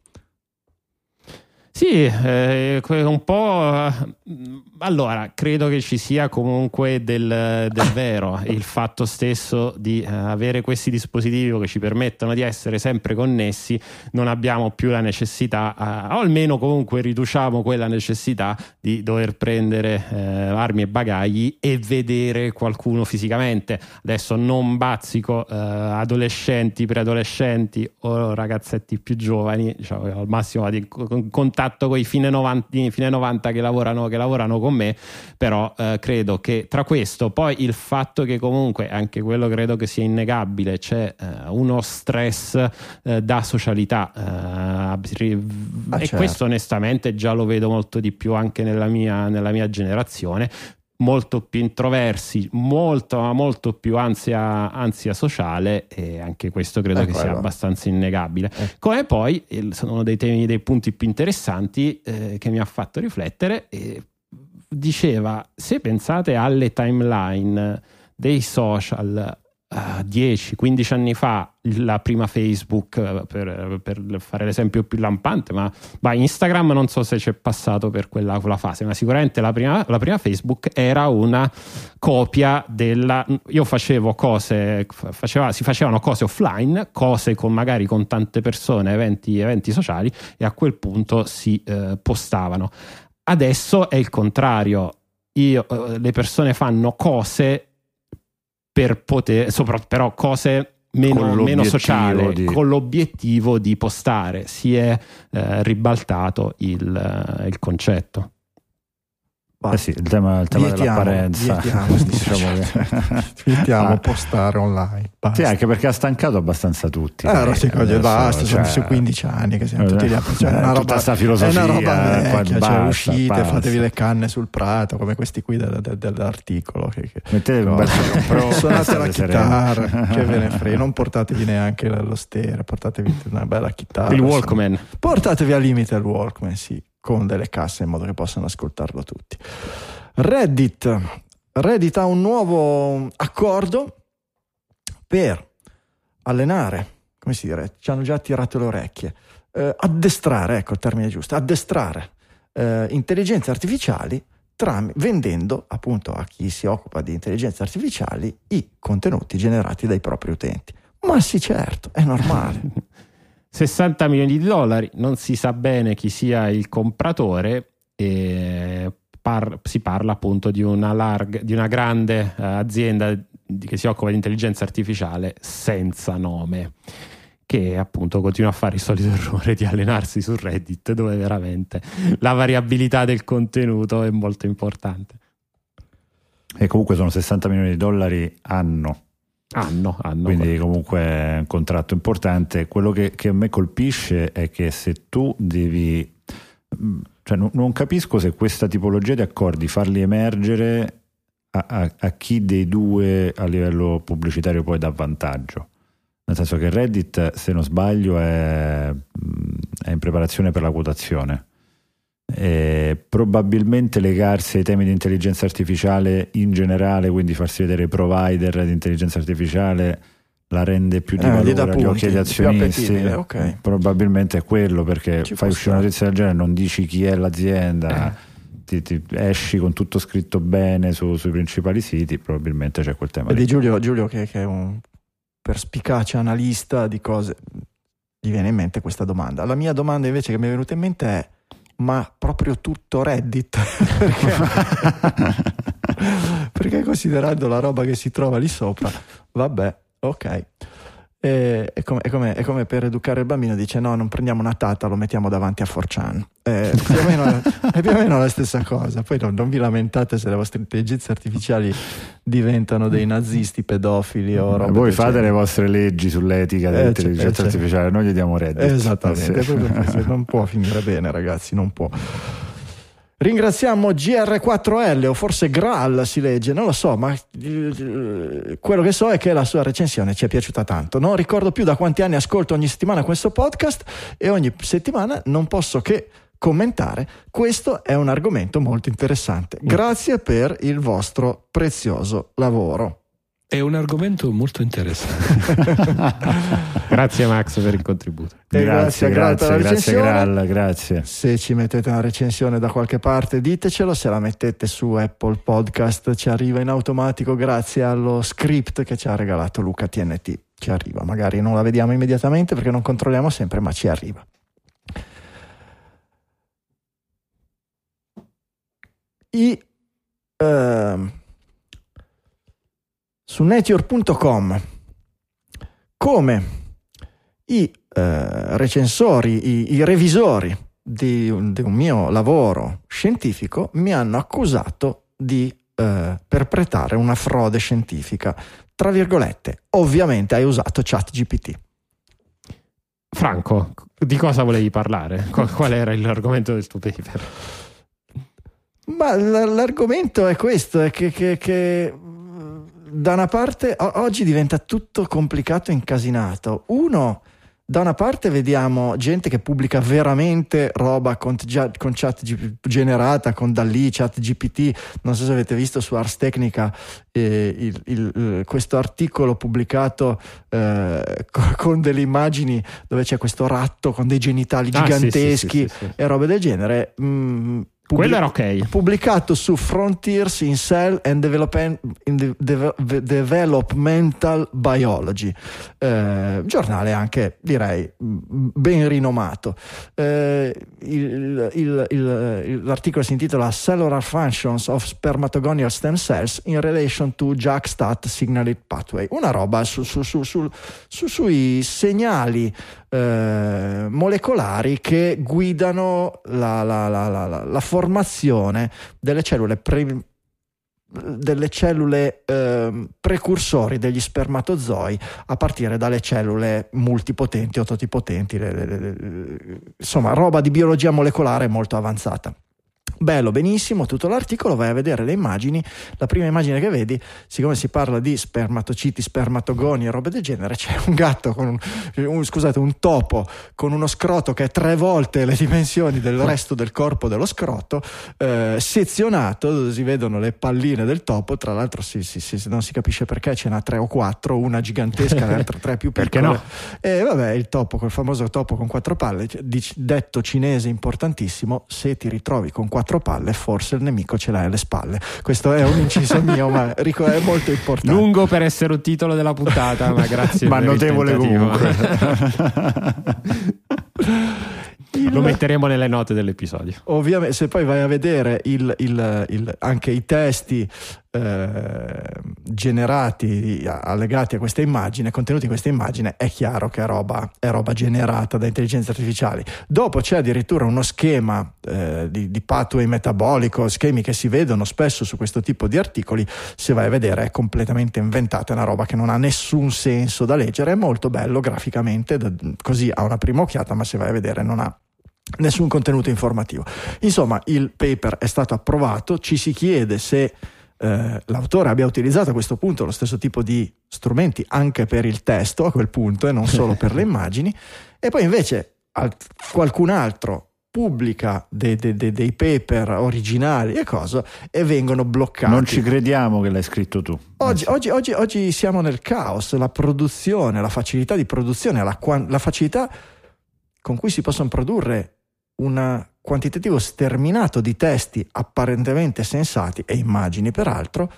Sì, eh, un po'. Allora, credo che ci sia comunque del, del vero. Il fatto stesso di uh, avere questi dispositivi che ci permettono di essere sempre connessi, non abbiamo più la necessità, uh, o almeno comunque riduciamo quella necessità di dover prendere uh, armi e bagagli e vedere qualcuno fisicamente. Adesso non bazzico uh, adolescenti, preadolescenti o ragazzetti più giovani, diciamo, al massimo di contatto contatto con i fine novanta, fine novanta che lavorano, che lavorano con me, però eh, credo che tra questo, poi il fatto che comunque, anche quello credo che sia innegabile, c'è eh, uno stress eh, da socialità eh, ah, e certo. questo onestamente già lo vedo molto di più anche nella mia, nella mia generazione, molto più introversi, molto molto più ansia, ansia sociale, e anche questo credo eh, che quello. sia abbastanza innegabile. Eh. Come poi il, sono uno dei temi, dei punti più interessanti eh, che mi ha fatto riflettere, e diceva: se pensate alle timeline dei social uh, dieci quindici anni fa, la prima Facebook, uh, per, per fare l'esempio più lampante, ma, ma Instagram non so se c'è passato per quella, quella fase, ma sicuramente la prima, la prima Facebook era una copia della, io facevo cose, faceva, si facevano cose offline, cose con magari con tante persone, eventi, eventi sociali, e a quel punto si uh, postavano. Adesso è il contrario, io, uh, le persone fanno cose per poter, sopra, però cose meno, meno sociali, di... con l'obiettivo di postare. Si è eh, ribaltato il, il concetto. Eh sì, il tema, il tema vietiamo, dell'apparenza, vietiamo, diciamo che... vietiamo ah. postare online. Basta. Sì, anche perché ha stancato abbastanza tutti. Eh, allora, sì, adesso, basta, cioè... sono su quindici anni che siamo tutti lì a cioè, eh, una roba, tutta sta filosofia, è una roba vecchia, cioè, basta, uscite, basta. fatevi le canne sul prato, come questi qui del, del, dell'articolo. Che, che, mettete no, un bel suonate la chitarra, che ve ne frega, non portatevi neanche lo stereo, portatevi una bella chitarra. Il Walkman. Insomma. Portatevi al limite il Walkman, sì, con delle casse in modo che possano ascoltarlo tutti. Reddit. Reddit ha un nuovo accordo per allenare, come si dice, ci hanno già tirato le orecchie, eh, addestrare, ecco il termine giusto, addestrare eh, intelligenze artificiali tram- vendendo appunto a chi si occupa di intelligenze artificiali i contenuti generati dai propri utenti. Ma sì, certo, è normale. sessanta milioni di dollari, non si sa bene chi sia il compratore, e par- si parla appunto di una, larga, di una grande uh, azienda di, che si occupa di intelligenza artificiale senza nome, che appunto continua a fare il solito errore di allenarsi su Reddit, dove veramente la variabilità del contenuto è molto importante. E comunque sono sessanta milioni di dollari anno. Anno, anno. Quindi comunque è un contratto importante. Quello che, che a me colpisce è che se tu devi, cioè non, non capisco se questa tipologia di accordi farli emergere a, a, a chi dei due a livello pubblicitario poi dà vantaggio, nel senso che Reddit, se non sbaglio, è, è in preparazione per la quotazione. E probabilmente legarsi ai temi di intelligenza artificiale in generale, quindi farsi vedere i provider di intelligenza artificiale, la rende più di eh, valore punti, agli occhi degli azionisti. Okay. Probabilmente è quello, perché Ci fai uscire una notizia del genere, non dici chi è l'azienda, eh. ti, ti esci con tutto scritto bene su, sui principali siti, probabilmente c'è quel tema. Vedi lì. Giulio, Giulio che, che è un perspicace analista di cose, gli viene in mente questa domanda. La mia domanda invece che mi è venuta in mente è: ma proprio tutto Reddit? perché, perché considerando la roba che si trova lì sopra, vabbè, ok. E, è, come, è, come, è come per educare il bambino, dice no, non prendiamo una tata, lo mettiamo davanti a four chan. È più o meno, è più o meno la stessa cosa. Poi non, non vi lamentate se le vostre intelligenze artificiali diventano dei nazisti, pedofili o roba. Voi fate le vostre leggi sull'etica dell'intelligenza eh, artificiale, noi gli diamo Reddit. Esattamente, sì. proprio non può finire bene, ragazzi, non può. Ringraziamo G R quattro L, o forse Graal si legge, non lo so, ma quello che so è che la sua recensione ci è piaciuta tanto. Non ricordo più da quanti anni ascolto ogni settimana questo podcast, e ogni settimana non posso che commentare. Questo è un argomento molto interessante. Grazie per il vostro prezioso lavoro. È un argomento molto interessante. Grazie Max per il contributo. E grazie, grazie, grazie, grazie Graal, grazie. Se ci mettete una recensione da qualche parte ditecelo, se la mettete su Apple Podcast ci arriva in automatico grazie allo script che ci ha regalato Luca T N T. Ci arriva, magari non la vediamo immediatamente perché non controlliamo sempre, ma ci arriva. I uh, su Netior punto com come i eh, recensori, i, i revisori di un, di un mio lavoro scientifico mi hanno accusato di eh, perpetrare una frode scientifica. Tra virgolette, ovviamente hai usato ChatGPT. Franco, di cosa volevi parlare? Qual era l'argomento del tuo paper? Ma l'argomento è questo, è che, che, che da una parte oggi diventa tutto complicato e incasinato. Uno, da una parte vediamo gente che pubblica veramente roba con, con chat generata, con D A L L-E, chat G P T. Non so se avete visto su Ars Technica eh, il, il, questo articolo pubblicato eh, con, con delle immagini dove c'è questo ratto con dei genitali ah, giganteschi sì, sì, sì, sì, sì. e robe del genere. Mm, Quello era ok. Pubblicato su Frontiers in Cell and Development, in de, de, Developmental Biology, eh, giornale anche direi ben rinomato. Eh, il, il, il, l'articolo si intitola Cellular Functions of Spermatogonial Stem Cells in Relation to JAK-STAT Signaling Pathway. Una roba su, su, su, su, su, sui segnali eh, molecolari che guidano la, la, la, la, la, la formazione delle cellule pre, delle cellule eh, precursori degli spermatozoi a partire dalle cellule multipotenti o totipotenti, le, le, le, insomma roba di biologia molecolare molto avanzata. Bello, benissimo, tutto l'articolo, vai a vedere le immagini. La prima immagine che vedi, siccome si parla di spermatociti, spermatogoni e robe del genere, c'è un gatto con un, un scusate, un topo con uno scroto che è tre volte le dimensioni del resto del corpo dello scroto, eh, sezionato, dove si vedono le palline del topo. Tra l'altro si, si, si, non si capisce perché ce n'ha tre o quattro, una gigantesca, le altre tre più piccole. Perché no? E vabbè, il topo, quel famoso topo con quattro palle, detto cinese importantissimo: se ti ritrovi con quattro palle, forse il nemico ce l'hai alle spalle. Questo è un inciso mio, ma Rico, è molto importante. Lungo per essere un titolo della puntata, ma grazie. Ma notevole comunque. Il... Lo metteremo nelle note dell'episodio. Ovviamente, se poi vai a vedere il, il, il, anche i testi eh, generati, allegati a questa immagine, contenuti in questa immagine, è chiaro che è roba, è roba generata da intelligenze artificiali. Dopo c'è addirittura uno schema eh, di, di pathway metabolico, schemi che si vedono spesso su questo tipo di articoli. Se vai a vedere è completamente inventata, è una roba che non ha nessun senso da leggere. È molto bello graficamente, così a una prima occhiata, ma se vai a vedere non ha nessun contenuto informativo. Insomma, il paper è stato approvato. Ci si chiede se eh, l'autore abbia utilizzato a questo punto lo stesso tipo di strumenti anche per il testo, a quel punto, e non solo per le immagini. E poi invece al- qualcun altro pubblica dei, dei, dei, dei paper originali e cosa, e vengono bloccati. Non ci crediamo che l'hai scritto tu. Oggi, oggi, oggi, oggi siamo nel caos. La produzione, la facilità di produzione, la, la facilità con cui si possono produrre un quantitativo sterminato di testi apparentemente sensati e immagini peraltro,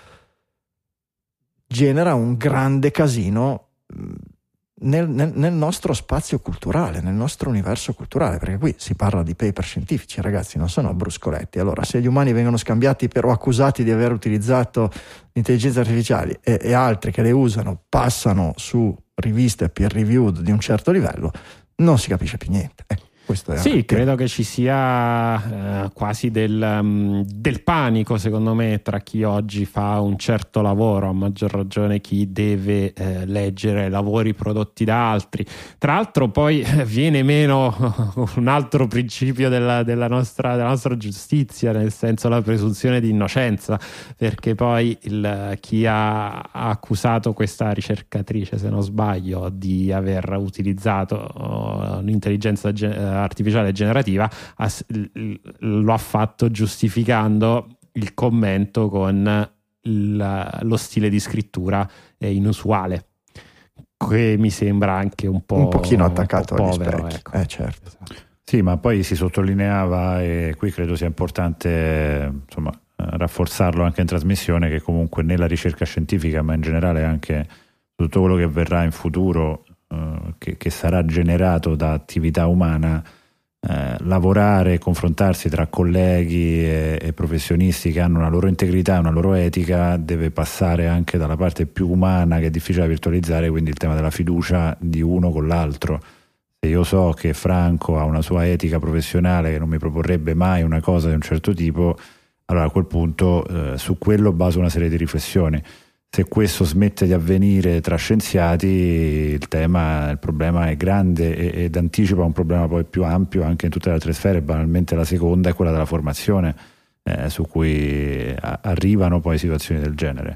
genera un grande casino nel, nel, nel nostro spazio culturale, nel nostro universo culturale, perché qui si parla di paper scientifici, ragazzi, non sono bruscoletti. Allora, se gli umani vengono scambiati per, o accusati di aver utilizzato intelligenze artificiali e, e altri che le usano passano su riviste peer reviewed di un certo livello, non si capisce più niente. Ecco. Sì, credo che ci sia eh, quasi del, um, del panico, secondo me, tra chi oggi fa un certo lavoro, a maggior ragione chi deve eh, leggere lavori prodotti da altri. Tra l'altro poi viene meno un altro principio della, della, nostra, della nostra giustizia, nel senso la presunzione di innocenza, perché poi il, chi ha, ha accusato questa ricercatrice, se non sbaglio, di aver utilizzato uh, un'intelligenza gen- artificiale generativa lo ha fatto giustificando il commento con il, lo stile di scrittura inusuale, che mi sembra anche un po' un pochino attaccato un po' agli povero, specchi. Ecco. Eh, certo. Sì, ma poi si sottolineava, e qui credo sia importante insomma rafforzarlo anche in trasmissione, che comunque nella ricerca scientifica, ma in generale anche tutto quello che verrà in futuro, Uh, che, che sarà generato da attività umana, eh, lavorare, confrontarsi tra colleghi e, e professionisti che hanno una loro integrità, una loro etica, deve passare anche dalla parte più umana, che è difficile da virtualizzare, quindi il tema della fiducia di uno con l'altro. Se io so che Franco ha una sua etica professionale che non mi proporrebbe mai una cosa di un certo tipo, allora a quel punto eh, su quello baso una serie di riflessioni. Se questo smette di avvenire tra scienziati, il tema, il problema è grande ed, ed anticipa un problema poi più ampio anche in tutte le altre sfere. Banalmente la seconda è quella della formazione, eh, su cui a- arrivano poi situazioni del genere.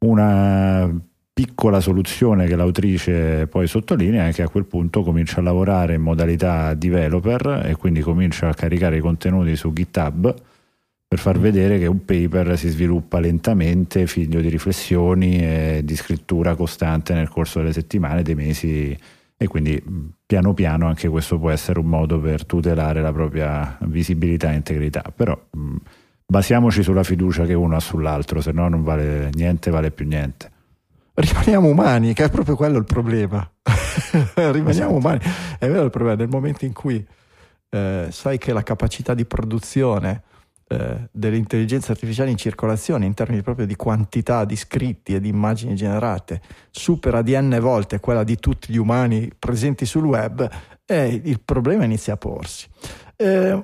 Una piccola soluzione che l'autrice poi sottolinea è che a quel punto comincia a lavorare in modalità developer e quindi comincia a caricare i contenuti su GitHub per far vedere che un paper si sviluppa lentamente, figlio di riflessioni e di scrittura costante nel corso delle settimane, dei mesi, e quindi piano piano anche questo può essere un modo per tutelare la propria visibilità e integrità. Però mh, basiamoci sulla fiducia che uno ha sull'altro, se no non vale niente, vale più niente. Rimaniamo umani, che è proprio quello il problema. Rimaniamo umani, è vero il problema. Nel momento in cui eh, sai che la capacità di produzione eh, delle intelligenze artificiali in circolazione in termini proprio di quantità di scritti e di immagini generate supera di n volte quella di tutti gli umani presenti sul web, eh, il problema inizia a porsi. Eh,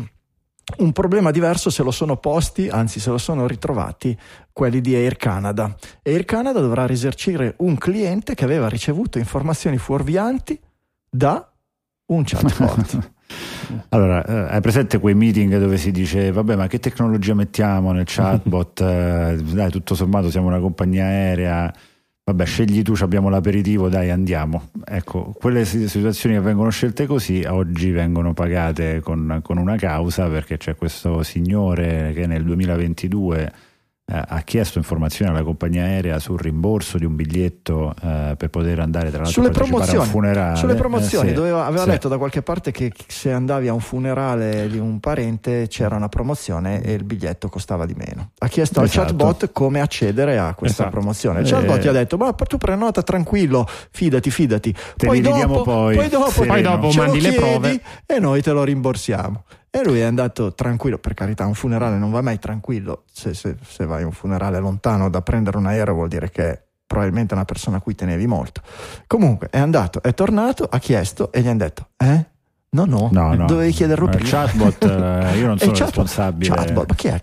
Un problema diverso se lo sono posti, anzi se lo sono ritrovati, quelli di Air Canada. Air Canada dovrà risarcire un cliente che aveva ricevuto informazioni fuorvianti da un chatbot. Allora, eh, hai presente quei meeting dove si dice vabbè, ma che tecnologia mettiamo nel chatbot? Eh, dai, tutto sommato siamo una compagnia aerea, vabbè, scegli tu, abbiamo l'aperitivo, dai, andiamo. Ecco, quelle situazioni che vengono scelte così oggi vengono pagate con, con una causa, perché c'è questo signore che nel duemilaventidue eh, ha chiesto informazioni alla compagnia aerea sul rimborso di un biglietto eh, per poter andare tra l'altro sulle a partecipare a un funerale. Sulle promozioni, eh, sì, doveva, aveva sì. letto da qualche parte che se andavi a un funerale di un parente c'era una promozione e il biglietto costava di meno. Ha chiesto Esatto. al chatbot come accedere a questa Esatto. promozione. Il chatbot Eh. gli ha detto: ma tu prenota tranquillo, fidati, fidati. Te Poi li ridiamo dopo, poi, poi dopo, sereno. Poi dopo ce lo mandi le chiedi prove e noi te lo rimborsiamo. E lui è andato tranquillo, per carità, un funerale non va mai tranquillo. Se, se, se vai a un funerale lontano da prendere un aereo vuol dire che è probabilmente una persona a cui tenevi molto. Comunque è andato, è tornato, ha chiesto e gli hanno detto: eh? No, no, No, no. dovevi chiederlo Il prima. chatbot, eh, io non E sono il chatbot- responsabile. Chatbot, ma chi è il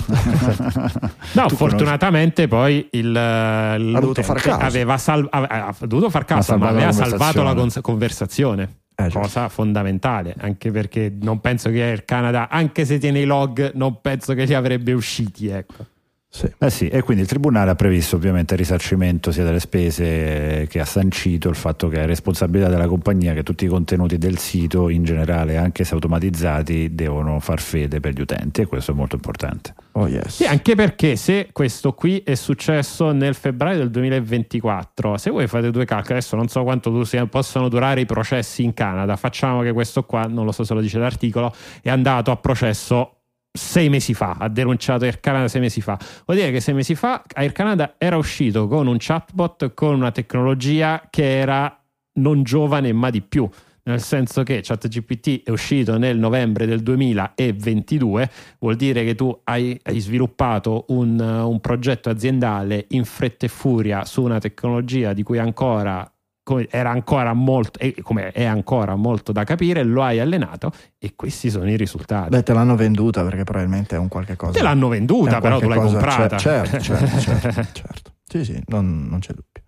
chatbot? No, Tu fortunatamente poi il, ha dovuto far caso. aveva sal- ave- ha dovuto far caso, Ha ma salvato aveva la salvato la conversazione. cons- conversazione. Eh, giusto. Cosa fondamentale, anche perché non penso che Air Canada, anche se tiene i log, non penso che li avrebbe usciti, ecco. Sì. Eh sì, e quindi il tribunale ha previsto ovviamente il risarcimento sia delle spese, che ha sancito il fatto che è responsabilità della compagnia che tutti i contenuti del sito in generale, anche se automatizzati, devono far fede per gli utenti, e questo è molto importante. Oh yes. Sì, anche perché se questo qui è successo nel febbraio del duemilaventiquattro, se voi fate due calcoli, adesso non so quanto tu sia, possono durare i processi in Canada, facciamo che questo qua, non lo so se lo dice l'articolo, è andato a processo sei mesi fa, ha denunciato Air Canada sei mesi fa. Vuol dire che sei mesi fa Air Canada era uscito con un chatbot, con una tecnologia che era non giovane ma di più, nel senso che ChatGPT è uscito nel novembre del duemilaventidue, vuol dire che tu hai, hai sviluppato un, un progetto aziendale in fretta e furia su una tecnologia di cui ancora come era ancora molto, e come è ancora molto da capire, lo hai allenato e questi sono i risultati. Beh, te l'hanno venduta perché probabilmente è un qualche cosa. Te l'hanno venduta, è un però tu l'hai qualche cosa- comprata. Certo, certo, certo, certo. Sì, sì, non, non c'è dubbio.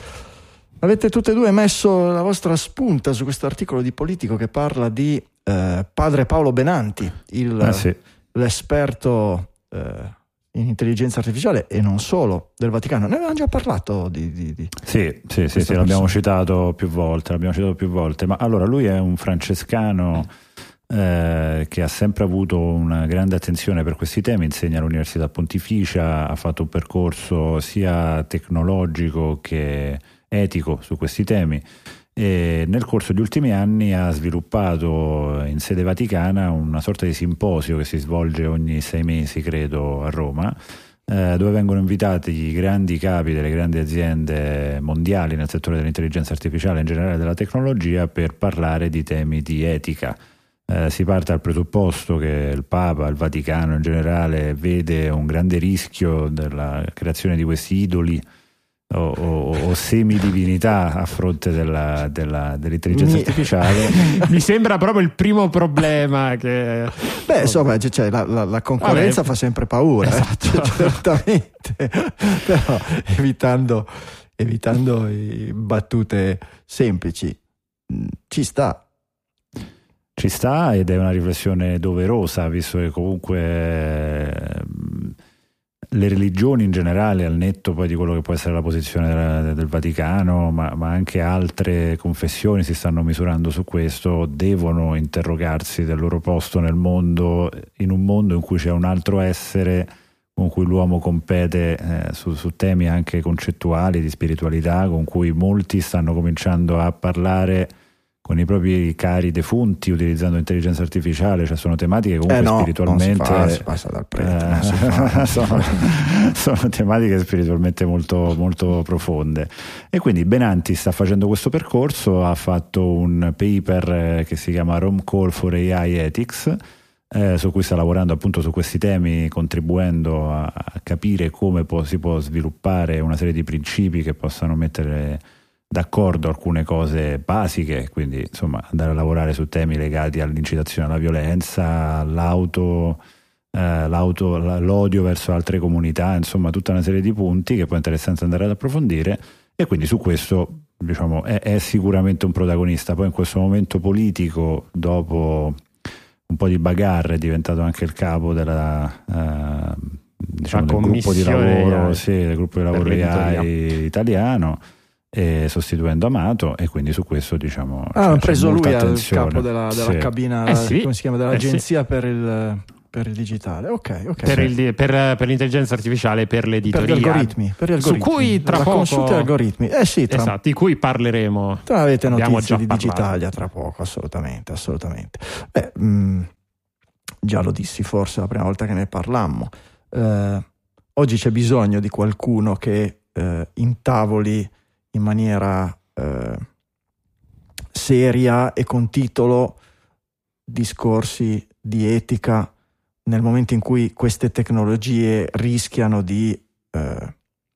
Avete tutte e due messo la vostra spunta su questo articolo di Politico che parla di eh, padre Paolo Benanti, il, Eh sì. l'esperto eh, in intelligenza artificiale e non solo del Vaticano. Ne avevamo già parlato di... di, di... Sì, sì, sì, Questa sì, l'abbiamo persona. citato più volte, l'abbiamo citato più volte, ma allora lui è un francescano eh, che ha sempre avuto una grande attenzione per questi temi, insegna all'Università Pontificia, ha fatto un percorso sia tecnologico che etico su questi temi e nel corso degli ultimi anni ha sviluppato in sede vaticana una sorta di simposio che si svolge ogni sei mesi, credo, a Roma, eh, dove vengono invitati i grandi capi delle grandi aziende mondiali nel settore dell'intelligenza artificiale e in generale della tecnologia per parlare di temi di etica. Eh, si parte dal presupposto che il Papa, il Vaticano in generale, vede un grande rischio della creazione di questi idoli o, o, o semidivinità a fronte della, della, dell'intelligenza Mi... artificiale. Mi sembra proprio il primo problema che... Beh, insomma, cioè, la, la, la concorrenza Vabbè. fa sempre paura, esatto. eh? Certamente, però evitando, evitando i battute semplici, ci sta. Ci sta ed è una riflessione doverosa, visto che comunque eh, le religioni in generale, al netto poi di quello che può essere la posizione della, del Vaticano, ma, ma anche altre confessioni si stanno misurando su questo, devono interrogarsi del loro posto nel mondo, in un mondo in cui c'è un altro essere con cui l'uomo compete eh, su, su temi anche concettuali, di spiritualità, con cui molti stanno cominciando a parlare con i propri cari defunti utilizzando intelligenza artificiale, cioè sono tematiche comunque eh no, spiritualmente non si fa, si passa dal prete, eh, non si fa, sono, sono tematiche spiritualmente molto, molto profonde, e quindi Benanti sta facendo questo percorso, ha fatto un paper che si chiama Rome Call for A I Ethics, eh, su cui sta lavorando appunto su questi temi, contribuendo a, a capire come può, si può sviluppare una serie di principi che possano mettere d'accordo alcune cose basiche, quindi insomma andare a lavorare su temi legati all'incitazione alla violenza, all'auto, eh, l'auto, l'odio verso altre comunità, insomma tutta una serie di punti che poi è interessante andare ad approfondire, e quindi su questo diciamo è, è sicuramente un protagonista. Poi in questo momento politico, dopo un po' di bagarre, è diventato anche il capo della eh, diciamo del gruppo di lavoro, sì, del gruppo di lavoro A I italiano, e sostituendo Amato, e quindi su questo diciamo ah, hanno preso lui al capo della, della sì. cabina, eh sì. come si chiama, dell'agenzia eh sì. per il per il digitale, ok, ok. Per, il, per, per l'intelligenza artificiale, per l'editoria, per gli algoritmi, per gli algoritmi. Su cui tra la poco consulta di algoritmi, eh sì, tra... esatto, di cui parleremo. Tra avete notizie di parlato. Digitalia tra poco, assolutamente, assolutamente. Beh, mh, già lo dissi forse la prima volta che ne parlammo. Eh, oggi c'è bisogno di qualcuno che eh, intavoli in maniera eh, seria e con titolo discorsi di etica nel momento in cui queste tecnologie rischiano di eh,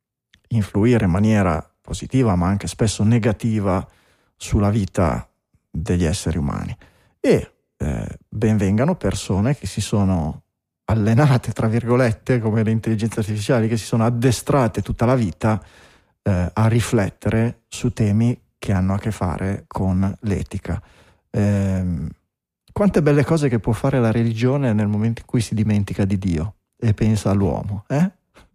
influire in maniera positiva ma anche spesso negativa sulla vita degli esseri umani, e eh, benvengano persone che si sono allenate, tra virgolette, come le intelligenze artificiali, che si sono addestrate tutta la vita eh, a riflettere su temi che hanno a che fare con l'etica. Eh, quante belle cose che può fare la religione nel momento in cui si dimentica di Dio e pensa all'uomo, eh?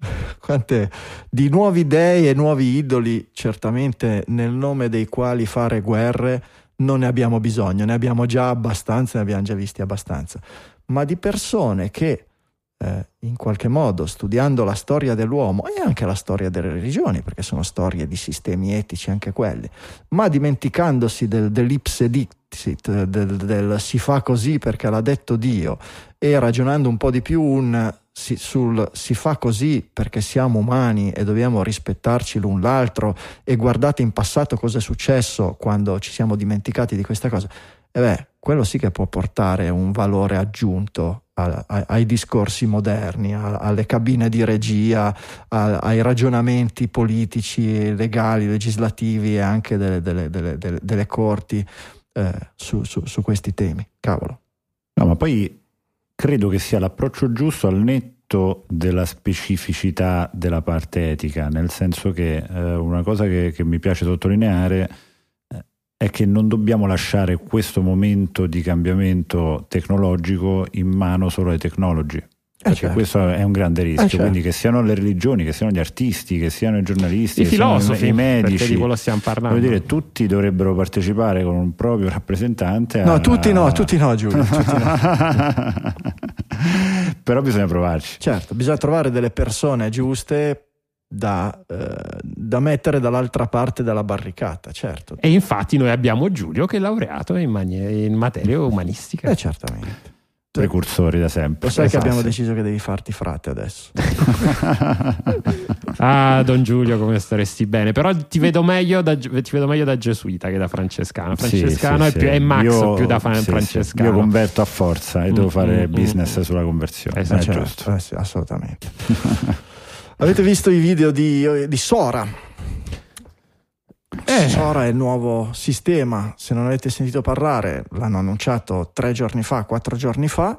Quante di nuovi dei e nuovi idoli, certamente nel nome dei quali fare guerre non ne abbiamo bisogno, ne abbiamo già abbastanza, ne abbiamo già visti abbastanza, ma di persone che eh, in qualche modo, studiando la storia dell'uomo e anche la storia delle religioni, perché sono storie di sistemi etici anche quelli, ma dimenticandosi del, dell'ipse dixit, del, del si fa così perché l'ha detto Dio, e ragionando un po' di più un si, sul si fa così perché siamo umani e dobbiamo rispettarci l'un l'altro, e guardate in passato cosa è successo quando ci siamo dimenticati di questa cosa, e beh, quello sì che può portare un valore aggiunto a, a, ai discorsi moderni, a, alle cabine di regia, a, ai ragionamenti politici, legali, legislativi e anche delle, delle, delle, delle, delle corti eh, su, su, su questi temi. Cavolo. No, ma poi credo che sia l'approccio giusto al netto della specificità della parte etica, nel senso che eh, una cosa che, che mi piace sottolineare eh, è che non dobbiamo lasciare questo momento di cambiamento tecnologico in mano solo ai tecnologi, Eh perché certo. questo è un grande rischio, Eh certo. quindi che siano le religioni, che siano gli artisti, che siano i giornalisti, I che siano filosofi, i perché medici, di quello stiamo parlando. voglio dire, tutti dovrebbero partecipare con un proprio rappresentante. No, a... tutti no, tutti no, Giulio. Tutti no. Però bisogna provarci. Certo, bisogna trovare delle persone giuste da, eh, da mettere dall'altra parte della barricata, certo. E infatti noi abbiamo Giulio che è laureato in, manie- in materie umanistiche. Eh, certamente. Precursori da sempre. Lo sai che Esatto. abbiamo deciso che devi farti frate adesso. Ah, Don Giulio, come staresti bene. Però ti vedo meglio da, ti vedo meglio da gesuita che da francescano. Francescano Sì, è, sì, più, sì. è Max Io, più da fan sì, francescano. Sì. Io converto a forza e devo Mm, fare mm, business mm. sulla conversione. Esatto. È Certo, giusto. eh sì, assolutamente. Avete visto i video di, di Sora? Eh. Sora è il nuovo sistema, se non avete sentito parlare, l'hanno annunciato tre giorni fa, quattro giorni fa,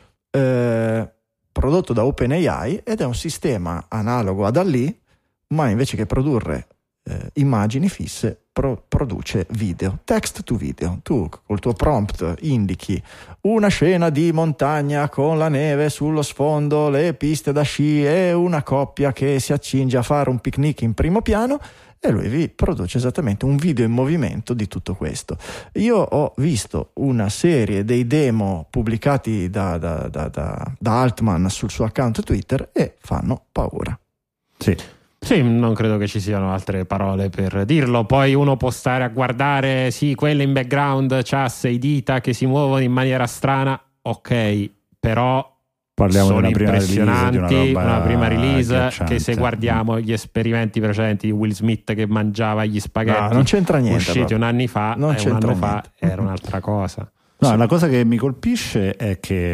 eh, prodotto da OpenAI, ed è un sistema analogo ad DALL-E, ma invece che produrre eh, immagini fisse, pro- produce video, text to video. Tu col tuo prompt indichi una scena di montagna con la neve sullo sfondo, le piste da sci e una coppia che si accinge a fare un picnic in primo piano, e lui vi produce esattamente un video in movimento di tutto questo. Io ho visto una serie dei demo pubblicati da, da, da, da, da Altman sul suo account Twitter e fanno paura. Sì. Sì, non credo che ci siano altre parole per dirlo. Poi uno può stare a guardare, sì, quelle in background c'ha sei dita che si muovono in maniera strana, ok, però parliamo sono di una prima impressionanti, release, di una, una prima release ghiacciante. Che se guardiamo gli esperimenti precedenti di Will Smith che mangiava gli spaghetti, no, non c'entra niente, usciti proprio. un anno fa, non eh, un anno niente. fa era un'altra cosa. No, sì. La cosa che mi colpisce è che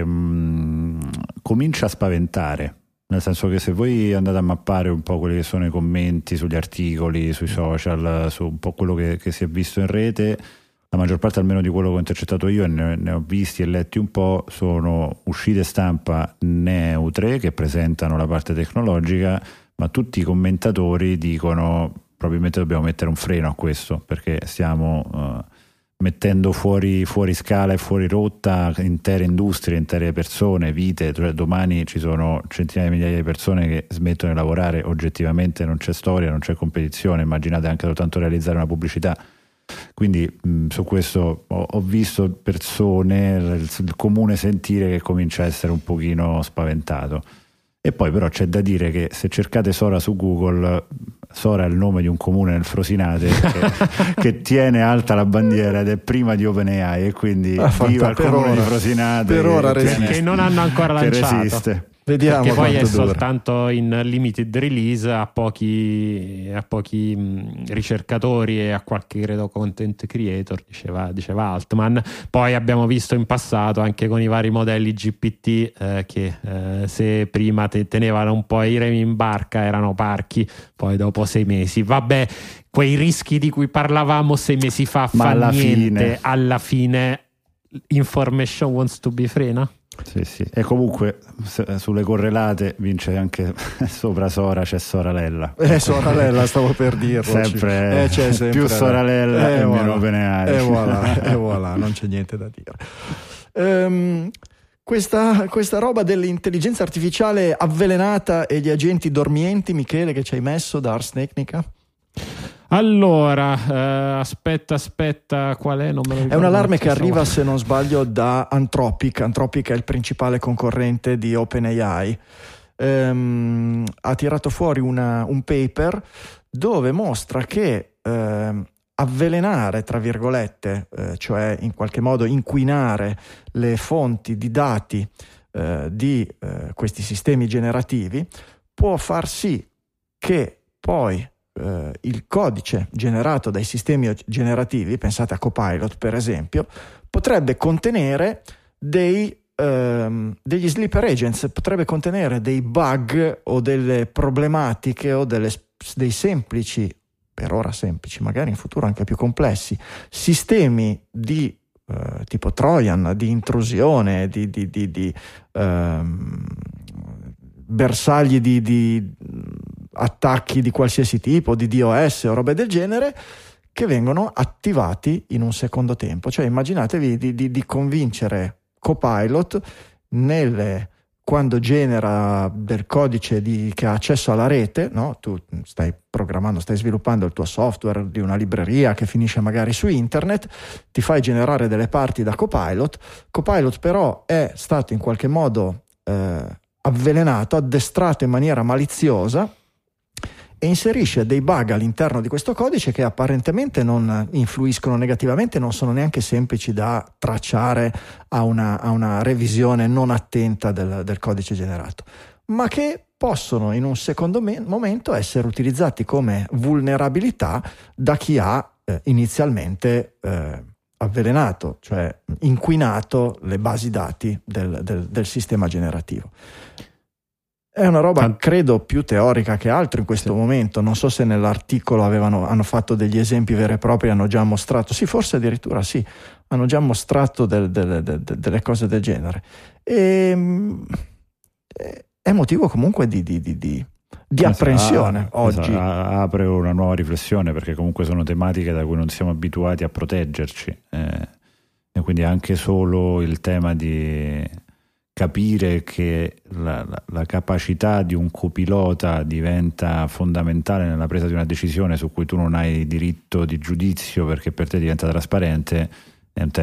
mh, comincia a spaventare. Nel senso che se voi andate a mappare un po' quelli che sono i commenti sugli articoli, sui social, su un po' quello che, che si è visto in rete, la maggior parte almeno di quello che ho intercettato io e ne, ne ho visti e letti un po', sono uscite stampa neutre che presentano la parte tecnologica, ma tutti i commentatori dicono probabilmente dobbiamo mettere un freno a questo, perché stiamo uh, mettendo fuori, fuori scala e fuori rotta intere industrie, intere persone, vite. Cioè, domani ci sono centinaia di migliaia di persone che smettono di lavorare, oggettivamente non c'è storia, non c'è competizione, immaginate anche soltanto realizzare una pubblicità. Quindi mh, su questo ho, ho visto persone, il, il comune sentire che comincia a essere un pochino spaventato. E poi però c'è da dire che se cercate Sora su Google, Sora è il nome di un comune nel Frosinate che, che tiene alta la bandiera ed è prima di OpenAI, e quindi ah, viva il comune ora, di Frosinate per che, ora tiene, che non hanno ancora lanciato, resiste. Vediamo che poi è dura. soltanto in limited release a pochi, a pochi mh, ricercatori e a qualche credo content creator, diceva, diceva Altman. Poi abbiamo visto in passato anche con i vari modelli G P T eh, che eh, se prima te tenevano un po' i remi in barca erano parchi, poi dopo sei mesi vabbè, quei rischi di cui parlavamo sei mesi fa ma fa alla niente, fine alla fine information wants to be free, no? Sì, sì. E comunque sulle correlate vince anche sopra Sora, c'è Soralella. Eh, Soralella, stavo per dirlo. Sempre, eh, c'è sempre più Soralella eh, e voilà. meno OpenAI. E voilà, e voilà, non c'è niente da dire. Um, questa, questa roba dell'intelligenza artificiale avvelenata e gli agenti dormienti, Michele, che ci hai messo da Ars Technica? Allora, eh, aspetta, aspetta, qual è? Non me lo ricordo. È un allarme che arriva, se non sbaglio, da Anthropic. Anthropic è il principale concorrente di OpenAI. Ehm, ha tirato fuori una, un paper dove mostra che eh, avvelenare, tra virgolette, eh, cioè in qualche modo inquinare le fonti di dati eh, di eh, questi sistemi generativi può far sì che poi Uh, il codice generato dai sistemi generativi, pensate a Copilot per esempio, potrebbe contenere dei, uh, degli sleeper agents, potrebbe contenere dei bug o delle problematiche o delle, dei semplici, per ora semplici, magari in futuro anche più complessi, sistemi di uh, tipo Trojan, di intrusione, di, di, di, di uh, bersagli di, di attacchi di qualsiasi tipo, di DOS o robe del genere, che vengono attivati in un secondo tempo. Cioè immaginatevi di, di, di convincere Copilot nelle, quando genera del codice di, che ha accesso alla rete, no? Tu stai programmando, stai sviluppando il tuo software di una libreria che finisce magari su internet, ti fai generare delle parti da Copilot. Copilot però è stato in qualche modo eh, avvelenato, addestrato in maniera maliziosa, e inserisce dei bug all'interno di questo codice che apparentemente non influiscono negativamente, non sono neanche semplici da tracciare a una, a una revisione non attenta del, del codice generato, ma che possono in un secondo me- momento essere utilizzati come vulnerabilità da chi ha eh, inizialmente eh, avvelenato, cioè inquinato le basi dati del, del, del sistema generativo. È una roba credo più teorica che altro in questo sì. momento. Non so se nell'articolo avevano, hanno fatto degli esempi veri e propri, hanno già mostrato, sì, forse addirittura sì, hanno già mostrato del, del, del, delle cose del genere. E, è motivo comunque di, di, di, di, di apprensione ah, oggi. Apre una nuova riflessione, perché comunque sono tematiche da cui non siamo abituati a proteggerci. Eh, e quindi anche solo il tema di capire che la, la, la capacità di un copilota diventa fondamentale nella presa di una decisione su cui tu non hai diritto di giudizio perché per te diventa trasparente, è un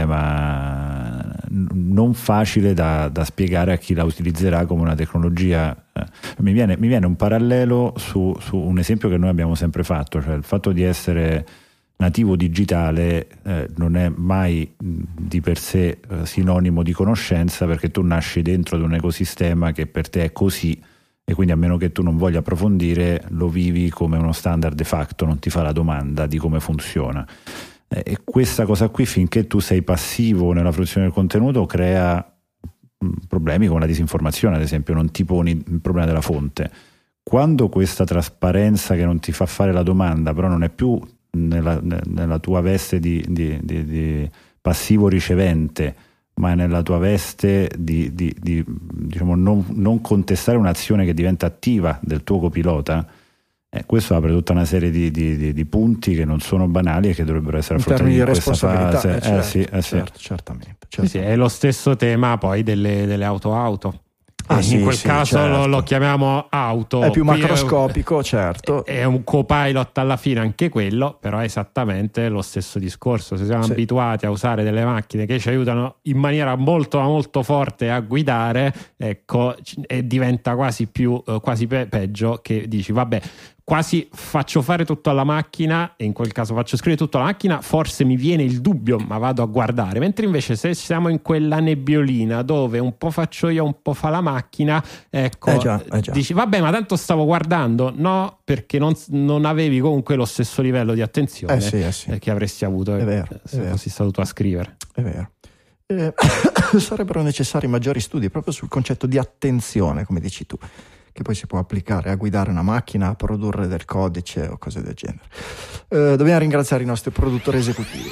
tema non facile da, da spiegare a chi la utilizzerà come una tecnologia. Mi viene, mi viene un parallelo su, su un esempio che noi abbiamo sempre fatto, cioè il fatto di essere nativo digitale eh, non è mai di per sé eh, sinonimo di conoscenza, perché tu nasci dentro di un ecosistema che per te è così e quindi a meno che tu non voglia approfondire lo vivi come uno standard de facto, non ti fa la domanda di come funziona. Eh, e questa cosa qui, finché tu sei passivo nella fruizione del contenuto, crea mh, problemi come la disinformazione, ad esempio. Non ti poni il problema della fonte. Quando questa trasparenza che non ti fa fare la domanda però non è più Nella, nella tua veste di, di, di, di passivo ricevente, ma nella tua veste di, di, di diciamo non, non contestare un'azione che diventa attiva del tuo copilota, eh, questo apre tutta una serie di, di, di, di punti che non sono banali e che dovrebbero essere affrontati in, in questa fase. Eh, certo, eh, sì, eh, certo, sì. certamente, certamente. Sì, sì, è lo stesso tema poi delle, delle auto-auto. Ah, in sì, quel sì, caso certo. lo, lo chiamiamo auto, è più qui macroscopico, è, certo. È un copilot alla fine anche quello, però è esattamente lo stesso discorso. Se siamo sì. abituati a usare delle macchine che ci aiutano in maniera molto molto forte a guidare, ecco, e diventa quasi più quasi pe- peggio che dici vabbè, quasi faccio fare tutto alla macchina, e in quel caso faccio scrivere tutto alla macchina, forse mi viene il dubbio ma vado a guardare, mentre invece se siamo in quella nebbiolina dove un po' faccio io, un po' fa la macchina, ecco, eh già, eh già. dici vabbè, ma tanto stavo guardando, no, perché non, non avevi comunque lo stesso livello di attenzione eh sì, eh sì. che avresti avuto è vero, se è vero. fossi stato tu a scrivere. È vero. Eh, sarebbero necessari maggiori studi proprio sul concetto di attenzione, come dici tu, che poi si può applicare a guidare una macchina, a produrre del codice o cose del genere. Eh, dobbiamo ringraziare i nostri produttori esecutivi.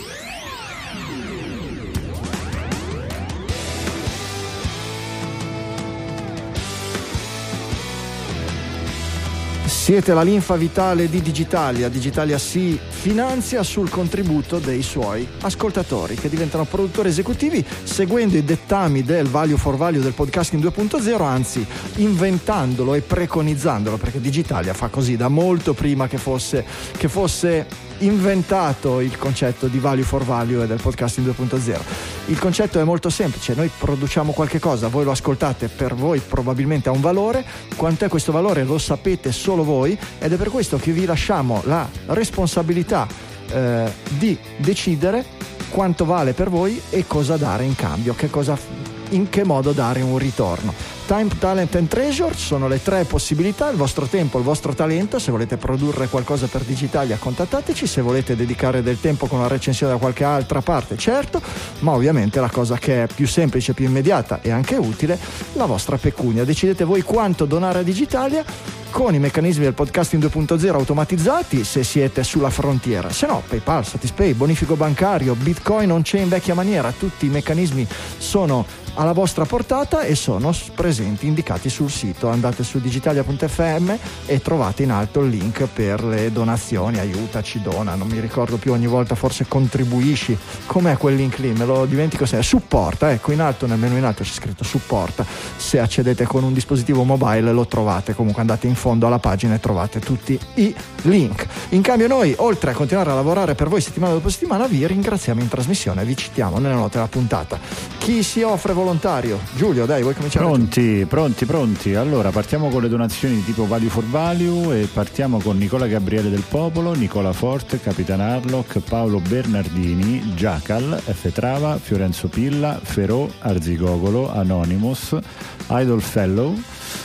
Siete la linfa vitale di Digitalia. Digitalia si finanzia sul contributo dei suoi ascoltatori, che diventano produttori esecutivi seguendo i dettami del value for value del podcasting due punto zero, anzi inventandolo e preconizzandolo, perché Digitalia fa così da molto prima che fosse, che fosse inventato il concetto di value for value e del podcasting due punto zero. Il concetto è molto semplice: noi produciamo qualche cosa, voi lo ascoltate, per voi probabilmente ha un valore, quant'è questo valore lo sapete solo voi, ed è per questo che vi lasciamo la responsabilità eh, di decidere quanto vale per voi e cosa dare in cambio, che cosa, in che modo dare un ritorno. Time, talent and treasure sono le tre possibilità: il vostro tempo, il vostro talento. Se volete produrre qualcosa per Digitalia, contattateci. Se volete dedicare del tempo con una recensione da qualche altra parte, certo, ma ovviamente la cosa che è più semplice, più immediata e anche utile, la vostra pecunia. Decidete voi quanto donare a Digitalia con i meccanismi del podcasting due punto zero automatizzati, se siete sulla frontiera. Se no, PayPal, Satispay, bonifico bancario, Bitcoin on chain vecchia maniera, tutti i meccanismi sono alla vostra portata e sono presenti, indicati sul sito. Andate su digitalia punto effe emme e trovate in alto il link per le donazioni. Aiutaci, dona, non mi ricordo più, ogni volta forse contribuisci, com'è quel link lì, me lo dimentico, se è supporta, ecco, in alto, nel menu in alto c'è scritto supporta. Se accedete con un dispositivo mobile lo trovate, comunque andate in fondo alla pagina e trovate tutti i link. In cambio noi, oltre a continuare a lavorare per voi settimana dopo settimana, vi ringraziamo in trasmissione, vi citiamo nelle note della puntata. Chi si offre volontario? Giulio, dai, vuoi cominciare? Pronti, tu? pronti, pronti. Allora, partiamo con le donazioni di tipo value for value e partiamo con Nicola Gabriele del Popolo, Nicola Forte, Capitan Harlock, Paolo Bernardini, Jackal, F. Trava, Fiorenzo Pilla, Ferò, Arzigogolo, Anonymous, Idol Fellow,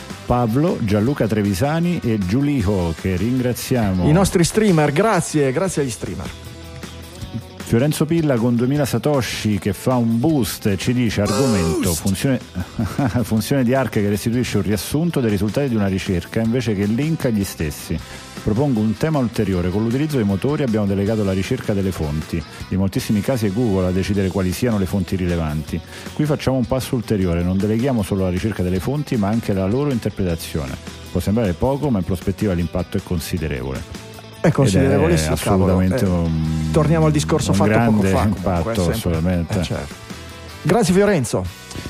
Pablo, Gianluca Trevisani e Giulico, che ringraziamo. I nostri streamer, grazie, grazie agli streamer. Fiorenzo Pilla con duemila satoshi che fa un boost e ci dice: argomento, funzione, funzione di Arc che restituisce un riassunto dei risultati di una ricerca invece che link agli stessi. Propongo un tema ulteriore: con l'utilizzo dei motori abbiamo delegato la ricerca delle fonti. In moltissimi casi è Google a decidere quali siano le fonti rilevanti. Qui facciamo un passo ulteriore: non deleghiamo solo la ricerca delle fonti ma anche la loro interpretazione. Può sembrare poco, ma in prospettiva l'impatto è considerevole. È considerevole, sì, assolutamente cavolo. Un, torniamo al discorso un fatto grande poco fa, impatto, assolutamente. Eh, certo. Grazie Fiorenzo.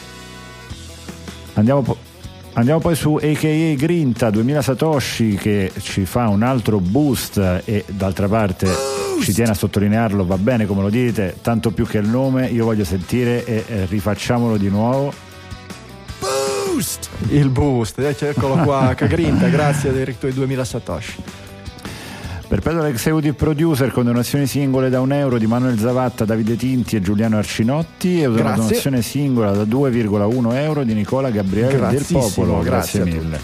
Andiamo po- Andiamo poi su A K A Grinta, duemila satoshi, che ci fa un altro boost e d'altra parte boost. Ci tiene a sottolinearlo, va bene come lo dite, tanto più che il nome, io voglio sentire e, e rifacciamolo di nuovo. Boost! Il boost, eh, eccolo qua, Grinta, grazie dei tuoi duemila satoshi. Perpetual Executive Producer con donazioni singole da un euro di Manuel Zavatta, Davide Tinti e Giuliano Arcinotti, e una grazie. donazione singola da due virgola uno euro di Nicola Gabriele del Popolo, grazie, grazie mille.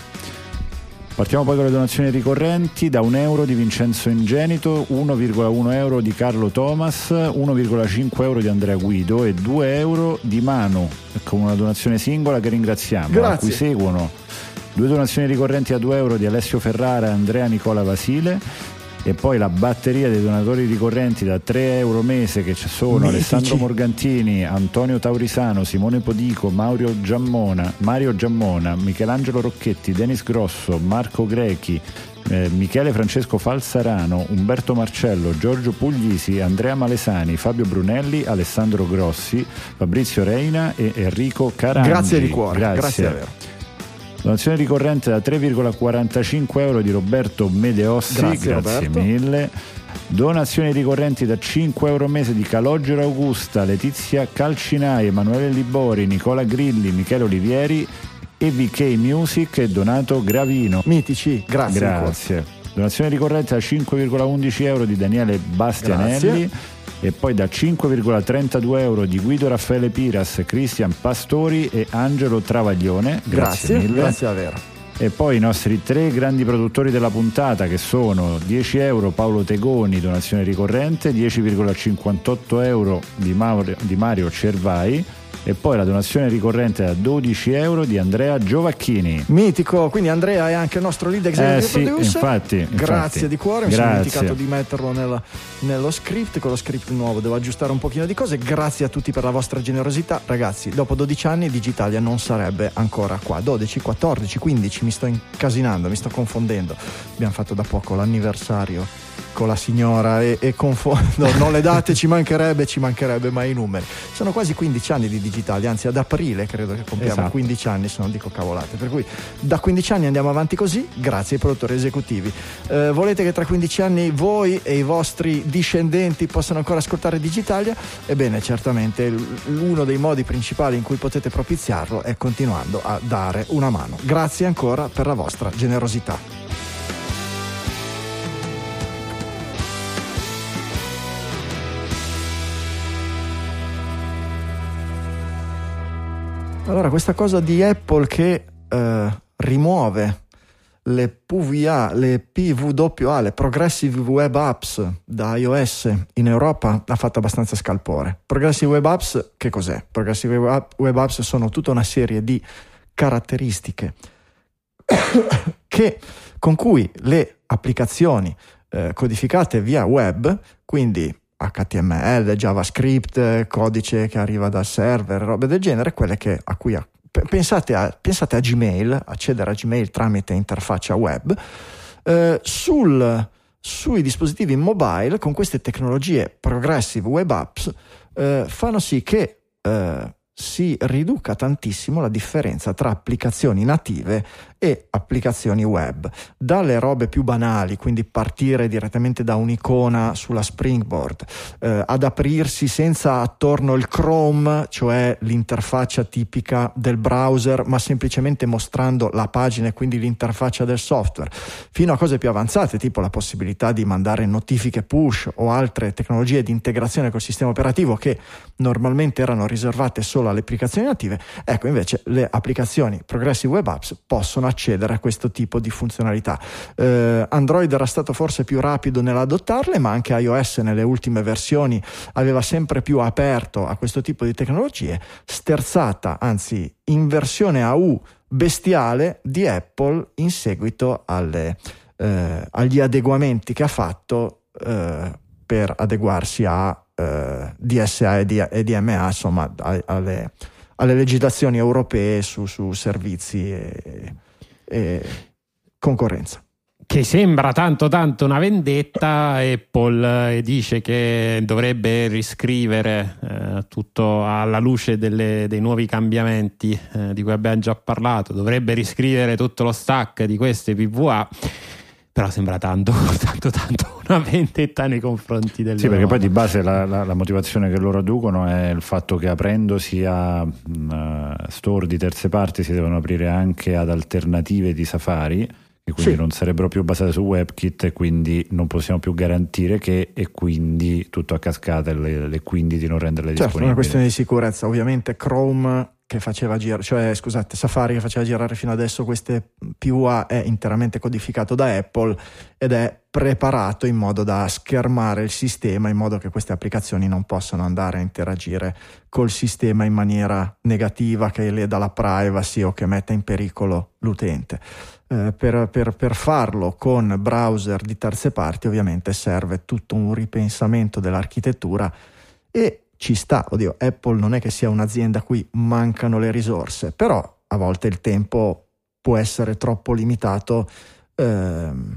Partiamo poi con le donazioni ricorrenti: da un euro di Vincenzo Ingenito, uno virgola uno euro di Carlo Thomas, uno virgola cinque euro di Andrea Guido e due euro di Manu, con una donazione singola che ringraziamo. Grazie. A cui seguono due donazioni ricorrenti a due euro di Alessio Ferrara e Andrea Nicola Vasile. E poi la batteria dei donatori ricorrenti da tre euro mese, che ci sono Mitici. Alessandro Morgantini, Antonio Taurisano, Simone Podico, Mario Giammona, Mario Giammona, Michelangelo Rocchetti, Denis Grosso, Marco Grechi, eh, Michele Francesco Falsarano, Umberto Marcello, Giorgio Puglisi, Andrea Malesani, Fabio Brunelli, Alessandro Grossi, Fabrizio Reina e Enrico Carangi. Grazie di cuore, grazie, grazie davvero. Donazione ricorrente da tre virgola quarantacinque euro di Roberto Medeossi, grazie, grazie Roberto. mille. Donazioni ricorrenti da cinque euro mese di Calogero Augusta, Letizia Calcinai, Emanuele Libori, Nicola Grilli, Michele Olivieri e V K Music e Donato Gravino. Mitici, grazie. Grazie. Donazione ricorrente da cinque virgola undici euro di Daniele Bastianelli. Grazie. E poi da cinque virgola trentadue euro di Guido Raffaele Piras, Cristian Pastori e Angelo Travaglione. Grazie, grazie mille. Grazie davvero. E poi i nostri tre grandi produttori della puntata, che sono dieci euro Paolo Tegoni, donazione ricorrente, dieci virgola cinquantotto euro di Mario, di Mario Cervai, e poi la donazione ricorrente da dodici euro di Andrea Giovacchini. Mitico, quindi Andrea è anche il nostro lead executive eh, sì, producer. Infatti, infatti. Grazie di cuore, mi Grazie. sono dimenticato di metterlo nella, nello script, con lo script nuovo devo aggiustare un pochino di cose. Grazie a tutti per la vostra generosità, ragazzi. Dopo dodici anni Digitalia non sarebbe ancora qua. Dodici, quattordici, quindici, mi sto incasinando, mi sto confondendo. Abbiamo fatto da poco l'anniversario con la signora e, e confondo, non le date, ci mancherebbe, ci mancherebbe mai i numeri. Sono quasi quindici anni di Digitalia, anzi ad aprile credo che compiamo esatto. quindici anni, se non dico cavolate, per cui da quindici anni andiamo avanti così, grazie ai produttori esecutivi. Eh, volete che tra quindici anni voi e i vostri discendenti possano ancora ascoltare Digitalia? Ebbene, certamente uno dei modi principali in cui potete propiziarlo è continuando a dare una mano. Grazie ancora per la vostra generosità. Allora, questa cosa di Apple che eh, rimuove le P V A, le P W A, le Progressive Web Apps da iOS in Europa ha fatto abbastanza scalpore. Progressive Web Apps, che cos'è? Progressive Web Apps sono tutta una serie di caratteristiche che, con cui le applicazioni eh, codificate via web, quindi H T M L, JavaScript, codice che arriva dal server, robe del genere, quelle che a cui a, pensate, a, pensate a Gmail, accedere a Gmail tramite interfaccia web, eh, sul, sui dispositivi mobile con queste tecnologie Progressive Web Apps eh, fanno sì che eh, si riduca tantissimo la differenza tra applicazioni native e applicazioni web, dalle robe più banali, quindi partire direttamente da un'icona sulla Springboard, eh, ad aprirsi senza attorno il Chrome, cioè l'interfaccia tipica del browser, ma semplicemente mostrando la pagina e quindi l'interfaccia del software, fino a cose più avanzate, tipo la possibilità di mandare notifiche push o altre tecnologie di integrazione col sistema operativo che normalmente erano riservate solo alle applicazioni native. Ecco, invece le applicazioni Progressive Web Apps possono accedere a questo tipo di funzionalità. Eh, Android era stato forse più rapido nell'adottarle, ma anche iOS nelle ultime versioni aveva sempre più aperto a questo tipo di tecnologie, sterzata, anzi inversione a U bestiale di Apple in seguito alle, eh, agli adeguamenti che ha fatto eh, per adeguarsi a eh, D S A e, D- e D M A, insomma a- alle, alle legislazioni europee su, su servizi e, e concorrenza. Che sembra tanto tanto una vendetta. Apple eh, dice che dovrebbe riscrivere eh, tutto alla luce delle, dei nuovi cambiamenti eh, di cui abbiamo già parlato, dovrebbe riscrivere tutto lo stack di queste P V A, però sembra tanto tanto tanto una vendetta nei confronti del sì, perché poi di base la, la, la motivazione che loro adducono è il fatto che aprendosi a uh, store di terze parti si devono aprire anche ad alternative di Safari, che quindi sì. non sarebbero più basate su WebKit, e quindi non possiamo più garantire che, e quindi tutto a cascata, le, le quindi di non renderle certo, disponibili. È una questione di sicurezza. Ovviamente Chrome che faceva girare, cioè scusate, Safari che faceva girare fino adesso queste P V A è interamente codificato da Apple ed è preparato in modo da schermare il sistema, in modo che queste applicazioni non possano andare a interagire col sistema in maniera negativa, che leda la privacy o che metta in pericolo l'utente. Eh, per, per, per farlo con browser di terze parti ovviamente serve tutto un ripensamento dell'architettura, e ci sta, oddio, Apple non è che sia un'azienda a cui mancano le risorse, però a volte il tempo può essere troppo limitato ehm,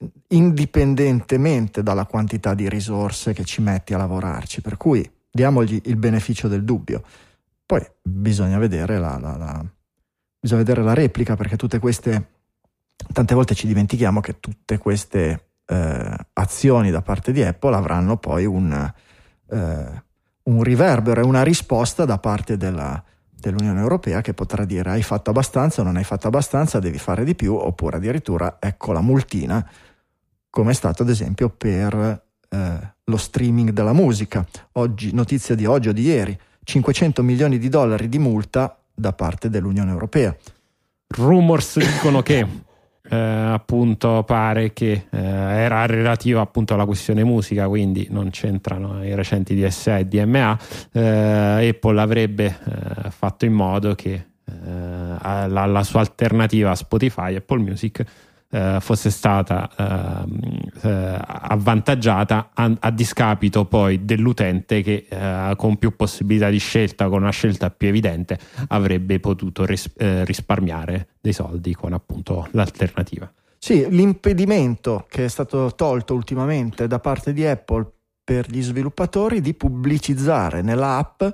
indipendentemente dalla quantità di risorse che ci metti a lavorarci, per cui diamogli il beneficio del dubbio. Poi bisogna vedere la, la, la, bisogna vedere la replica, perché tutte queste, tante volte ci dimentichiamo che tutte queste eh, azioni da parte di Apple avranno poi un, eh, un riverbero e una risposta da parte della, dell'Unione Europea, che potrà dire hai fatto abbastanza, non hai fatto abbastanza, devi fare di più, oppure addirittura ecco la multina, come è stato ad esempio per eh, lo streaming della musica. Oggi, notizia di oggi o di ieri, cinquecento milioni di dollari di multa da parte dell'Unione Europea. Rumors dicono che eh, appunto pare che eh, era relativo appunto alla questione musica, quindi non c'entrano i recenti D S A e D M A. eh, Apple avrebbe eh, fatto in modo che eh, la, la sua alternativa a Spotify, Apple Music, Uh, fosse stata uh, uh, avvantaggiata a, a discapito poi dell'utente, che uh, con più possibilità di scelta, con una scelta più evidente, avrebbe potuto ris- uh, risparmiare dei soldi con appunto l'alternativa. Sì, l'impedimento che è stato tolto ultimamente da parte di Apple per gli sviluppatori di pubblicizzare nell'app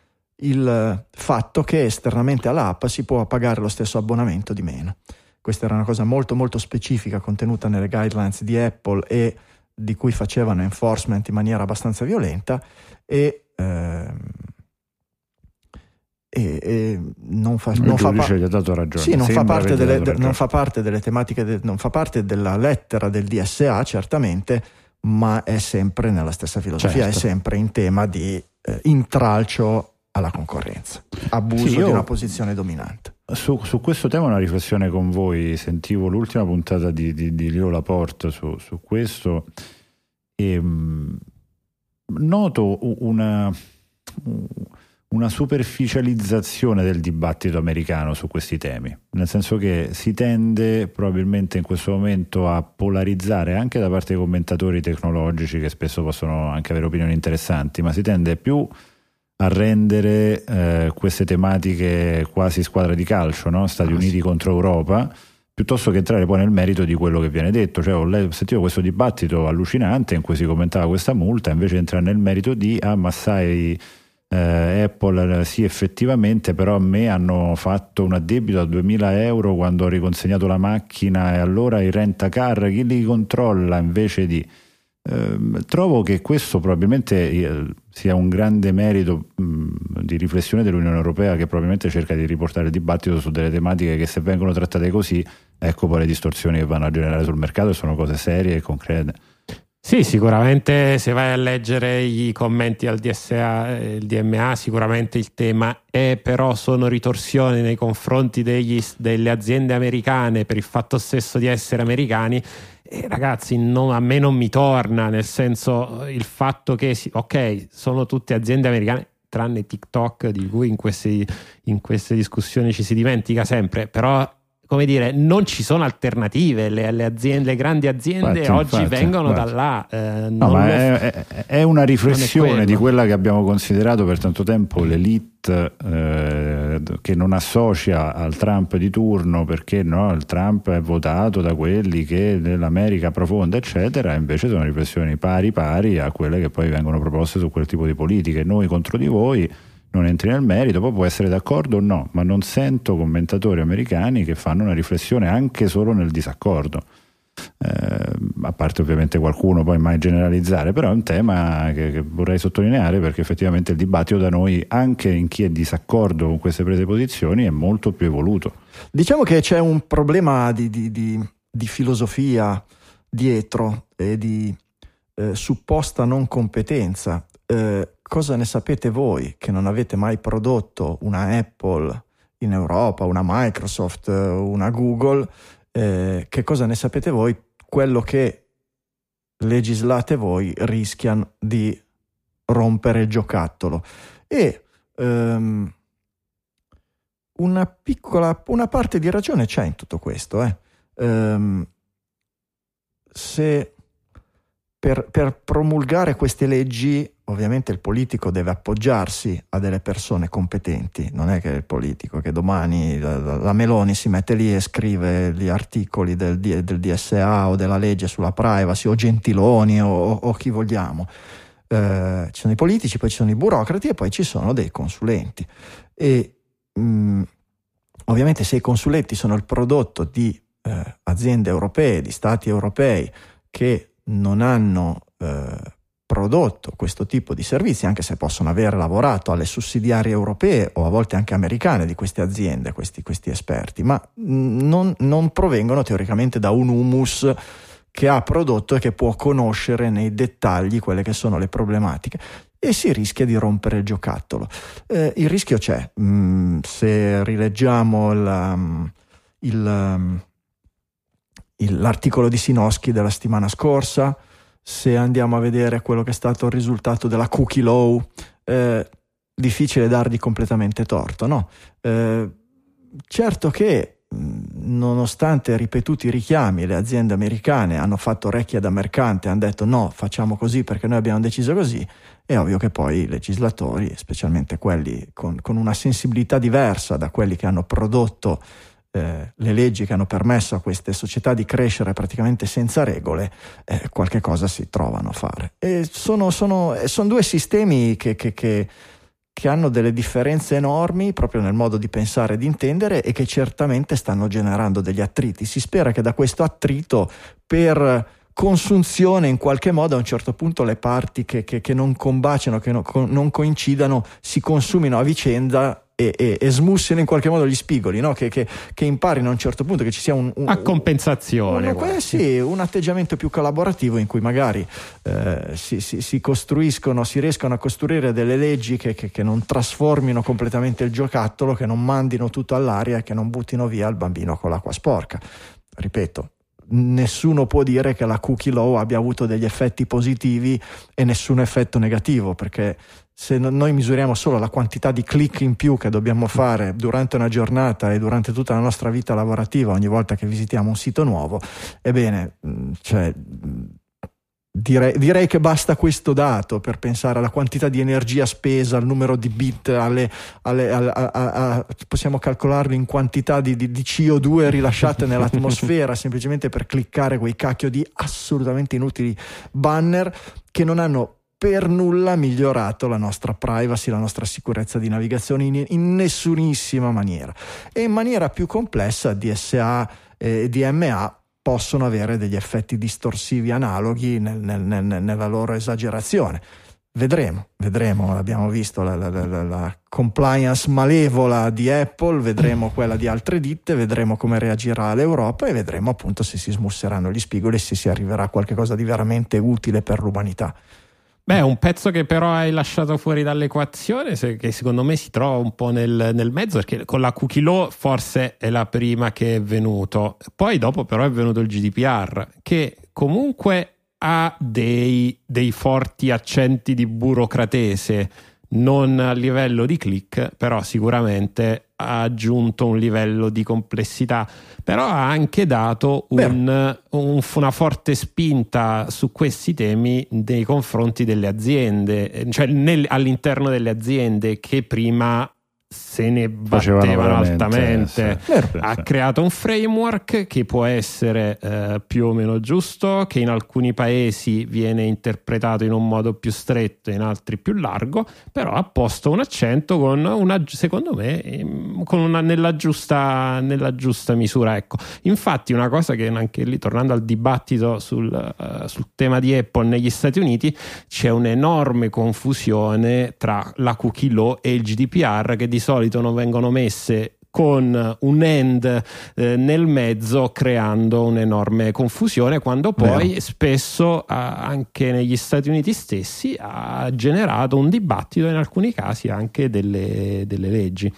il fatto che esternamente all'app si può pagare lo stesso abbonamento di meno. Questa era una cosa molto molto specifica contenuta nelle guidelines di Apple e di cui facevano enforcement in maniera abbastanza violenta, e, ehm, e, e non fa, non fa, pa- gli ha dato ragione. Sì, non fa, parte delle, ragione. non fa parte delle tematiche, de, non fa parte della lettera del D S A certamente, ma è sempre nella stessa filosofia, certo. È sempre in tema di eh, intralcio alla concorrenza, abuso sì, io... di una posizione dominante. Su, su questo tema una riflessione con voi. Sentivo l'ultima puntata di, di, di Leo Laporte su, su questo e mh, noto una, una superficializzazione del dibattito americano su questi temi, nel senso che si tende probabilmente in questo momento a polarizzare anche da parte dei commentatori tecnologici, che spesso possono anche avere opinioni interessanti, ma si tende più a rendere eh, queste tematiche quasi squadra di calcio, no? Stati ah, Uniti sì. contro Europa, piuttosto che entrare poi nel merito di quello che viene detto. Cioè, ho sentito questo dibattito allucinante in cui si commentava questa multa, invece entrare nel merito di ah ma sai eh, Apple sì effettivamente, però a me hanno fatto un addebito a duemila euro quando ho riconsegnato la macchina, e allora il rent-a-car chi li controlla, invece di Eh, trovo che questo probabilmente eh, sia un grande merito mh, di riflessione dell'Unione Europea, che probabilmente cerca di riportare il dibattito su delle tematiche che, se vengono trattate così, ecco poi le distorsioni che vanno a generare sul mercato, e sono cose serie e concrete. Sì, sicuramente se vai a leggere i commenti al D S A e il D M A sicuramente il tema è, però sono ritorsioni nei confronti degli, delle aziende americane per il fatto stesso di essere americani. E ragazzi, non, a me non mi torna, nel senso, il fatto che si, ok, sono tutte aziende americane tranne TikTok, di cui in queste, in queste discussioni ci si dimentica sempre, però come dire, non ci sono alternative, le, le aziende, le grandi aziende infatti, oggi infatti, vengono infatti. da là. Eh, no, ma è, è, è una riflessione è di quella che abbiamo considerato per tanto tempo l'elite, eh, che non associa al Trump di turno, perché no, il Trump è votato da quelli che dell'America profonda eccetera, invece sono riflessioni pari pari a quelle che poi vengono proposte su quel tipo di politiche. Noi contro di voi, non entri nel merito, poi può essere d'accordo o no, ma non sento commentatori americani che fanno una riflessione anche solo nel disaccordo, eh, a parte ovviamente qualcuno, poi mai generalizzare, però è un tema che, che vorrei sottolineare, perché effettivamente il dibattito da noi, anche in chi è disaccordo con queste prese posizioni, è molto più evoluto. Diciamo che c'è un problema di, di, di, di filosofia dietro e di eh, supposta non competenza. Eh, cosa ne sapete voi che non avete mai prodotto una Apple in Europa, una Microsoft, una Google? Eh, che cosa ne sapete voi? Quello che legislate voi rischia di rompere il giocattolo. E um, una piccola, una parte di ragione c'è in tutto questo. Eh. Um, se per, per promulgare queste leggi, ovviamente il politico deve appoggiarsi a delle persone competenti, non è che il politico che domani la, la Meloni si mette lì e scrive gli articoli del, del D S A o della legge sulla privacy, o Gentiloni o, o chi vogliamo. Eh, ci sono i politici, poi ci sono i burocrati e poi ci sono dei consulenti. E mh, ovviamente se i consulenti sono il prodotto di eh, aziende europee, di stati europei che non hanno eh, prodotto questo tipo di servizi, anche se possono aver lavorato alle sussidiarie europee o a volte anche americane di queste aziende, questi, questi esperti, ma non, non provengono teoricamente da un humus che ha prodotto e che può conoscere nei dettagli quelle che sono le problematiche, e si rischia di rompere il giocattolo. Eh, il rischio c'è. Mm, se rileggiamo la, il, il, l'articolo di Sinosky della settimana scorsa, se andiamo a vedere quello che è stato il risultato della cookie law, eh, difficile dargli completamente torto, no? Eh, certo che nonostante ripetuti richiami, le aziende americane hanno fatto orecchie da mercante, hanno detto no, facciamo così perché noi abbiamo deciso così. È ovvio che poi i legislatori, specialmente quelli con, con una sensibilità diversa da quelli che hanno prodotto eh, le leggi che hanno permesso a queste società di crescere praticamente senza regole, eh, qualche cosa si trovano a fare. E sono, sono, sono due sistemi che, che, che che hanno delle differenze enormi proprio nel modo di pensare e di intendere, e che certamente stanno generando degli attriti. Si spera che da questo attrito, per consunzione in qualche modo, a un certo punto le parti che, che, che non combaciano, che no, non coincidano, si consumino a vicenda e, e, e smussino in qualche modo gli spigoli, no? che, che, che imparino a un certo punto che ci sia un, un a compensazione un, un, sì, un atteggiamento più collaborativo in cui magari eh, si, si, si costruiscono, si riescono a costruire delle leggi che, che, che non trasformino completamente il giocattolo, che non mandino tutto all'aria e che non buttino via il bambino con l'acqua sporca. Ripeto, nessuno può dire che la cookie law abbia avuto degli effetti positivi e nessun effetto negativo, perché se noi misuriamo solo la quantità di click in più che dobbiamo fare durante una giornata e durante tutta la nostra vita lavorativa ogni volta che visitiamo un sito nuovo, ebbene, cioè, direi, direi che basta questo dato per pensare alla quantità di energia spesa, al numero di bit, alle, alle, alle, a, a, a, possiamo calcolarlo in quantità di, di, di C O due rilasciate nell'atmosfera semplicemente per cliccare quei cacchio di assolutamente inutili banner che non hanno per nulla migliorato la nostra privacy, la nostra sicurezza di navigazione in, in nessunissima maniera. E in maniera più complessa D S A e D M A possono avere degli effetti distorsivi analoghi nel, nel, nel, nella loro esagerazione. Vedremo, vedremo, abbiamo visto la, la, la, la compliance malevola di Apple, vedremo quella di altre ditte, vedremo come reagirà l'Europa e vedremo appunto se si smusseranno gli spigoli e se si arriverà a qualcosa di veramente utile per l'umanità. Beh, un pezzo che però hai lasciato fuori dall'equazione, che secondo me si trova un po' nel, nel mezzo, perché con la cookie law forse è la prima che è venuto, poi dopo però è venuto il G D P R, che comunque ha dei, dei forti accenti di burocratese, non a livello di click, però sicuramente ha aggiunto un livello di complessità, però ha anche dato un, un, una forte spinta su questi temi nei confronti delle aziende, cioè nel, all'interno delle aziende che prima se ne battevano altamente. Sì, ha sì. creato un framework che può essere eh, più o meno giusto, che in alcuni paesi viene interpretato in un modo più stretto, in altri più largo, però ha posto un accento con una, secondo me, con una, nella giusta nella giusta misura. Ecco, infatti una cosa che anche lì, tornando al dibattito sul, uh, sul tema di Apple negli Stati Uniti, c'è un'enorme confusione tra la cookie law e il G D P R, che di solito non vengono messe con un end eh, nel mezzo, creando un'enorme confusione, quando poi Vero. spesso eh, anche negli Stati Uniti stessi ha generato un dibattito, in alcuni casi anche delle, delle leggi.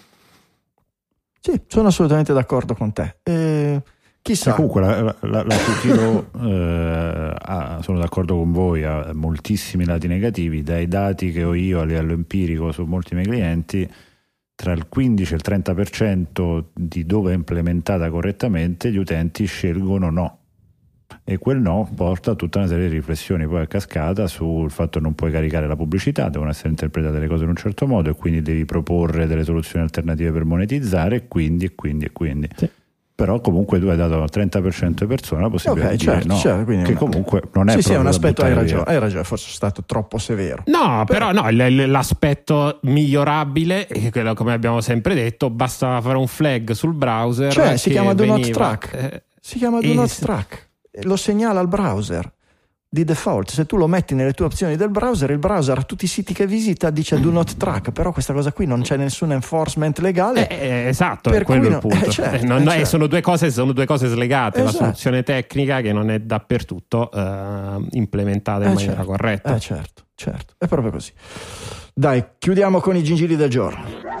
Sì, sono assolutamente d'accordo con te. Eh, chissà. E comunque la, la, la, la cookie law, eh, ha, sono d'accordo con voi, ha moltissimi lati negativi. Dai dati che ho io a livello empirico su molti miei clienti, tra il quindici e il trenta per cento di dove è implementata correttamente gli utenti scelgono no, e quel no porta a tutta una serie di riflessioni poi a cascata sul fatto che non puoi caricare la pubblicità, devono essere interpretate le cose in un certo modo e quindi devi proporre delle soluzioni alternative per monetizzare, e quindi e quindi e quindi Sì. Però comunque tu hai dato al trenta per cento di persone la possibilità Ok, di certo, dire no, certo, quindi che una- comunque non è sì, sì, è proprio un da aspetto, hai buttare ragione, via. hai ragione, forse sono stato troppo severo. No, però, no, l- l- l'aspetto migliorabile è quello, come abbiamo sempre detto, bastava fare un flag sul browser, Cioè, si che chiama Do Not veniva, Track. eh, Si chiama Do e Not se- Track, lo segnala al browser di default. Se tu lo metti nelle tue opzioni del browser, il browser a tutti i siti che visita dice Do Not Track, però questa cosa qui non c'è nessun enforcement legale. Eh, eh, esatto, Per è quello cui il no- punto. eh, certo, Eh, non- eh, eh, certo. sono due cose, sono due cose slegate. Esatto. La soluzione tecnica che non è dappertutto eh, implementata in Eh, maniera certo. corretta. Eh certo, certo, è proprio così. Dai, chiudiamo con i gingilli del giorno.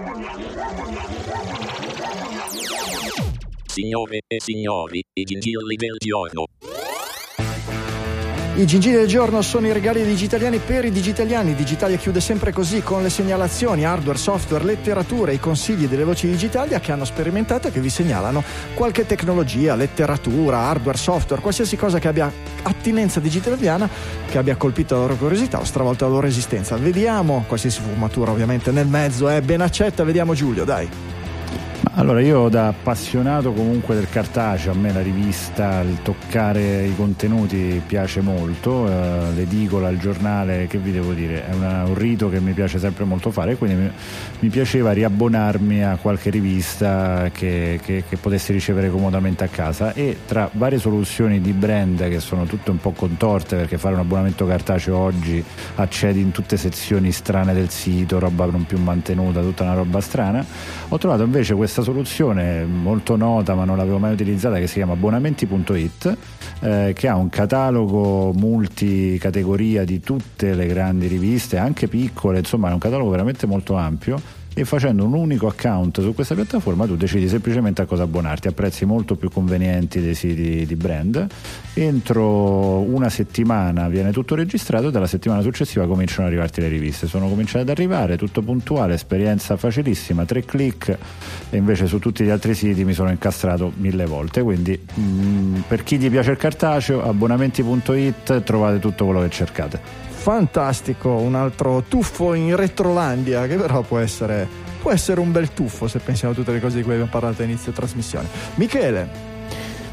Signore e signori, i gingilli del giorno. I gingilli del giorno sono i regali digitaliani per i digitaliani. Digitalia chiude sempre così, con le segnalazioni, hardware, software, letteratura e i consigli delle voci Digitalia che hanno sperimentato e che vi segnalano qualche tecnologia, letteratura, hardware, software, qualsiasi cosa che abbia attinenza digitaliana, che abbia colpito la loro curiosità o stravolto la loro esistenza. Vediamo, qualsiasi sfumatura ovviamente nel mezzo è ben accetta. Vediamo Giulio, dai. Allora, io da appassionato comunque del cartaceo, a me la rivista, il toccare i contenuti piace molto, eh, l'edicola, il giornale, che vi devo dire, è una, un rito che mi piace sempre molto fare, quindi mi, mi piaceva riabbonarmi a qualche rivista che, che, che potessi ricevere comodamente a casa, e tra varie soluzioni di brand che sono tutte un po' contorte, perché fare un abbonamento cartaceo oggi accedi in tutte sezioni strane del sito, roba non più mantenuta, tutta una roba strana, ho trovato invece questa soluzione molto nota ma non l'avevo mai utilizzata, che si chiama abbonamenti punto it, eh, che ha un catalogo multicategoria di tutte le grandi riviste, anche piccole, insomma è un catalogo veramente molto ampio, e facendo un unico account su questa piattaforma tu decidi semplicemente a cosa abbonarti a prezzi molto più convenienti dei siti di brand. Entro una settimana viene tutto registrato e dalla settimana successiva cominciano ad arrivarti le riviste. Sono cominciate ad arrivare, tutto puntuale, esperienza facilissima, tre click, e invece su tutti gli altri siti mi sono incastrato mille volte. Quindi mh, per chi gli piace il cartaceo, abbonamenti punto it, trovate tutto quello che cercate. Fantastico, un altro tuffo in Retrolandia, che però può essere, può essere un bel tuffo se pensiamo a tutte le cose di cui abbiamo parlato a inizio trasmissione. Michele.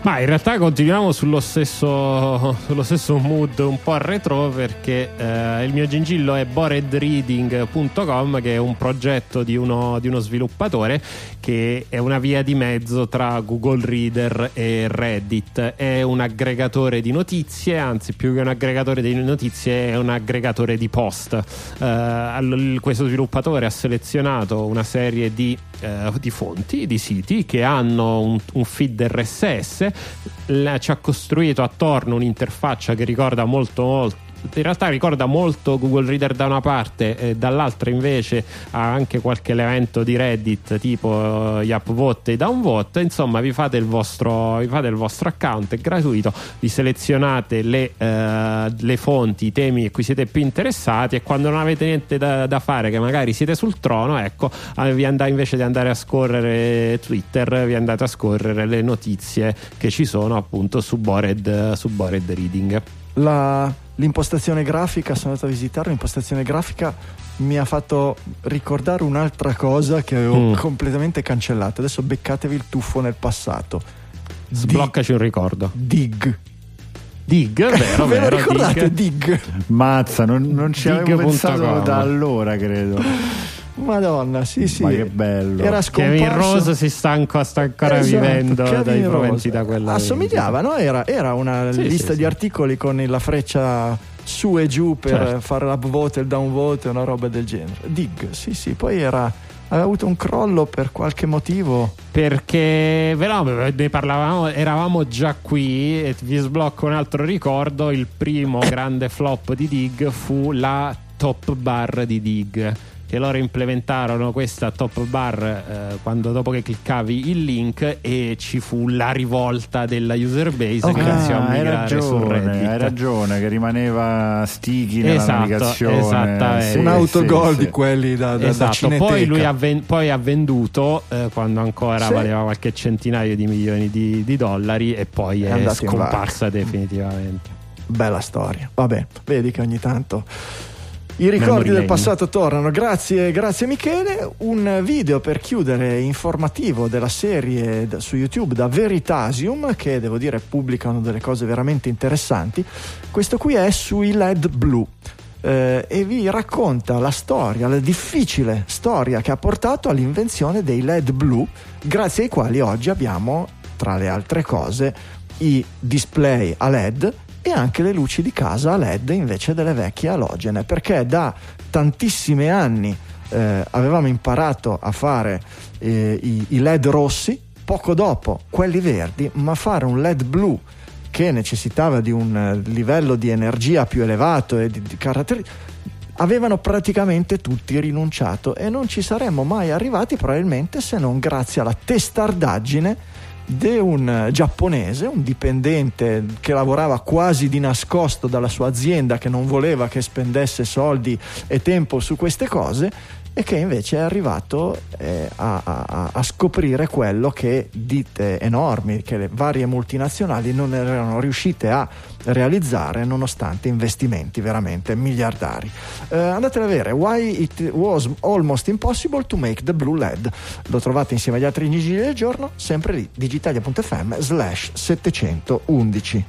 Ma in realtà continuiamo sullo stesso, sullo stesso mood un po' retro, perché eh, il mio gingillo è bored reading punto com, che è un progetto di uno, di uno sviluppatore che è una via di mezzo tra Google Reader e Reddit. È un aggregatore di notizie, anzi più che un aggregatore di notizie è un aggregatore di post. Eh, questo sviluppatore ha selezionato una serie di, eh, di fonti, di siti che hanno un, un feed R S S. La, ci ha costruito attorno un'interfaccia che ricorda molto molto in realtà ricorda molto Google Reader da una parte, e dall'altra invece ha anche qualche elemento di Reddit tipo gli upvote e downvote. Insomma, vi fate il vostro vi fate il vostro account, è gratuito, vi selezionate le, eh, le fonti, i temi a cui siete più interessati, e quando non avete niente da, da fare, che magari siete sul trono, ecco, vi andate, invece di andare a scorrere Twitter, vi andate a scorrere le notizie che ci sono appunto su Bored, su Bored Reading. La, l'impostazione grafica, sono andato a visitare l'impostazione grafica, mi ha fatto ricordare un'altra cosa che avevo mm. completamente cancellato. Adesso beccatevi il tuffo nel passato. Sbloccaci un ricordo. Dig. Dig, vero, Ve vero, lo ricordate? Dig, Dig. Mazza, non, non ci avevo pensato com. da allora, credo. Madonna, sì, sì. Ma che bello. Era scomparso. Kevin Rose si sta, anco, sta ancora esatto, vivendo Kevin dai proventi Rose. da quella. Assomigliava, no? Era, era una sì, lista sì, di sì. articoli con la freccia su e giù per certo. fare l'upvote e il downvote, una roba del genere. Dig, sì, sì. Poi era, aveva avuto un crollo per qualche motivo. Perché no, ne parlavamo, eravamo già qui, e vi sblocco un altro ricordo. Il primo grande flop di Dig fu la top bar di Dig, che loro implementarono questa top bar eh, quando dopo che cliccavi il link, e ci fu la rivolta della user base, okay. che iniziò a hai migrare su ragione, Reddit. hai ragione, che rimaneva sticky nella Esatto, navigazione, esattamente. sì, un autogol sì, di sì. quelli da, da, esatto. da cineteca. Poi lui ha, ven- poi ha venduto eh, quando ancora Sì. valeva qualche centinaio di milioni di, di dollari, e poi è, È è andato in scomparsa definitivamente. Bella storia. Vabbè, vedi che ogni tanto i ricordi del passato tornano. Grazie, grazie Michele. Un video per chiudere informativo della serie su YouTube da Veritasium, che devo dire pubblicano delle cose veramente interessanti. Questo qui è sui L E D blu. Eh, e vi racconta la storia, la difficile storia che ha portato all'invenzione dei L E D blu, grazie ai quali oggi abbiamo, tra le altre cose, i display a L E D e anche le luci di casa a L E D invece delle vecchie alogene, perché da tantissimi anni eh, avevamo imparato a fare eh, i, i L E D rossi, poco dopo quelli verdi, ma fare un L E D blu che necessitava di un livello di energia più elevato e di, di caratteristiche, avevano praticamente tutti rinunciato, e non ci saremmo mai arrivati probabilmente se non grazie alla testardaggine di un giapponese, un dipendente che lavorava quasi di nascosto dalla sua azienda, che non voleva che spendesse soldi e tempo su queste cose, e che invece è arrivato eh, a, a, a scoprire quello che ditte enormi, che le varie multinazionali non erano riuscite a realizzare nonostante investimenti veramente miliardari. Eh, andate a vedere Why It Was Almost Impossible to Make the Blue L E D. Lo trovate insieme agli altri giri del giorno, sempre lì, digitalia.fm slash settecentoundici.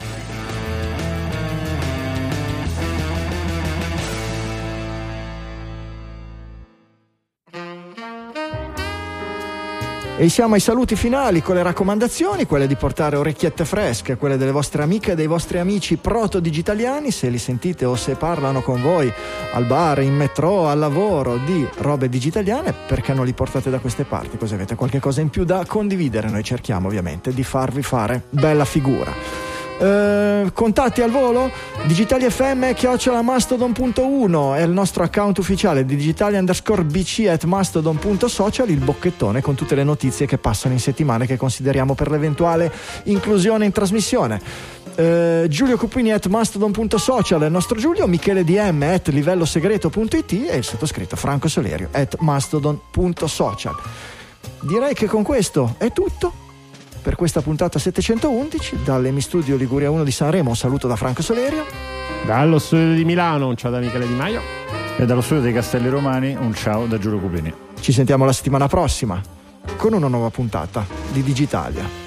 E siamo ai saluti finali con le raccomandazioni, quelle di portare orecchiette fresche, quelle delle vostre amiche e dei vostri amici proto-digitaliani, se li sentite o se parlano con voi al bar, in metro, al lavoro di robe digitaliane, perché non li portate da queste parti, così avete qualche cosa in più da condividere. Noi cerchiamo ovviamente di farvi fare bella figura. Uh, contatti al volo digitalifm chiocciola mastodon punto uno è il nostro account ufficiale di digitali underscore bc at mastodon punto social, il bocchettone con tutte le notizie che passano in settimana, che consideriamo per l'eventuale inclusione in trasmissione. Uh, Giulio Cupini at mastodon punto social è il nostro Giulio, Michele D M at livello segreto punto it e il sottoscritto Franco Solerio at mastodon punto social. Direi che con questo è tutto per questa puntata settecentoundici. Dall'Emi Studio Liguria uno di Sanremo un saluto da Franco Solerio, dallo studio di Milano un ciao da Michele Di Maio, e dallo studio dei Castelli Romani un ciao da Giulio Cupini. ci sentiamo la settimana prossima con una nuova puntata di Digitalia.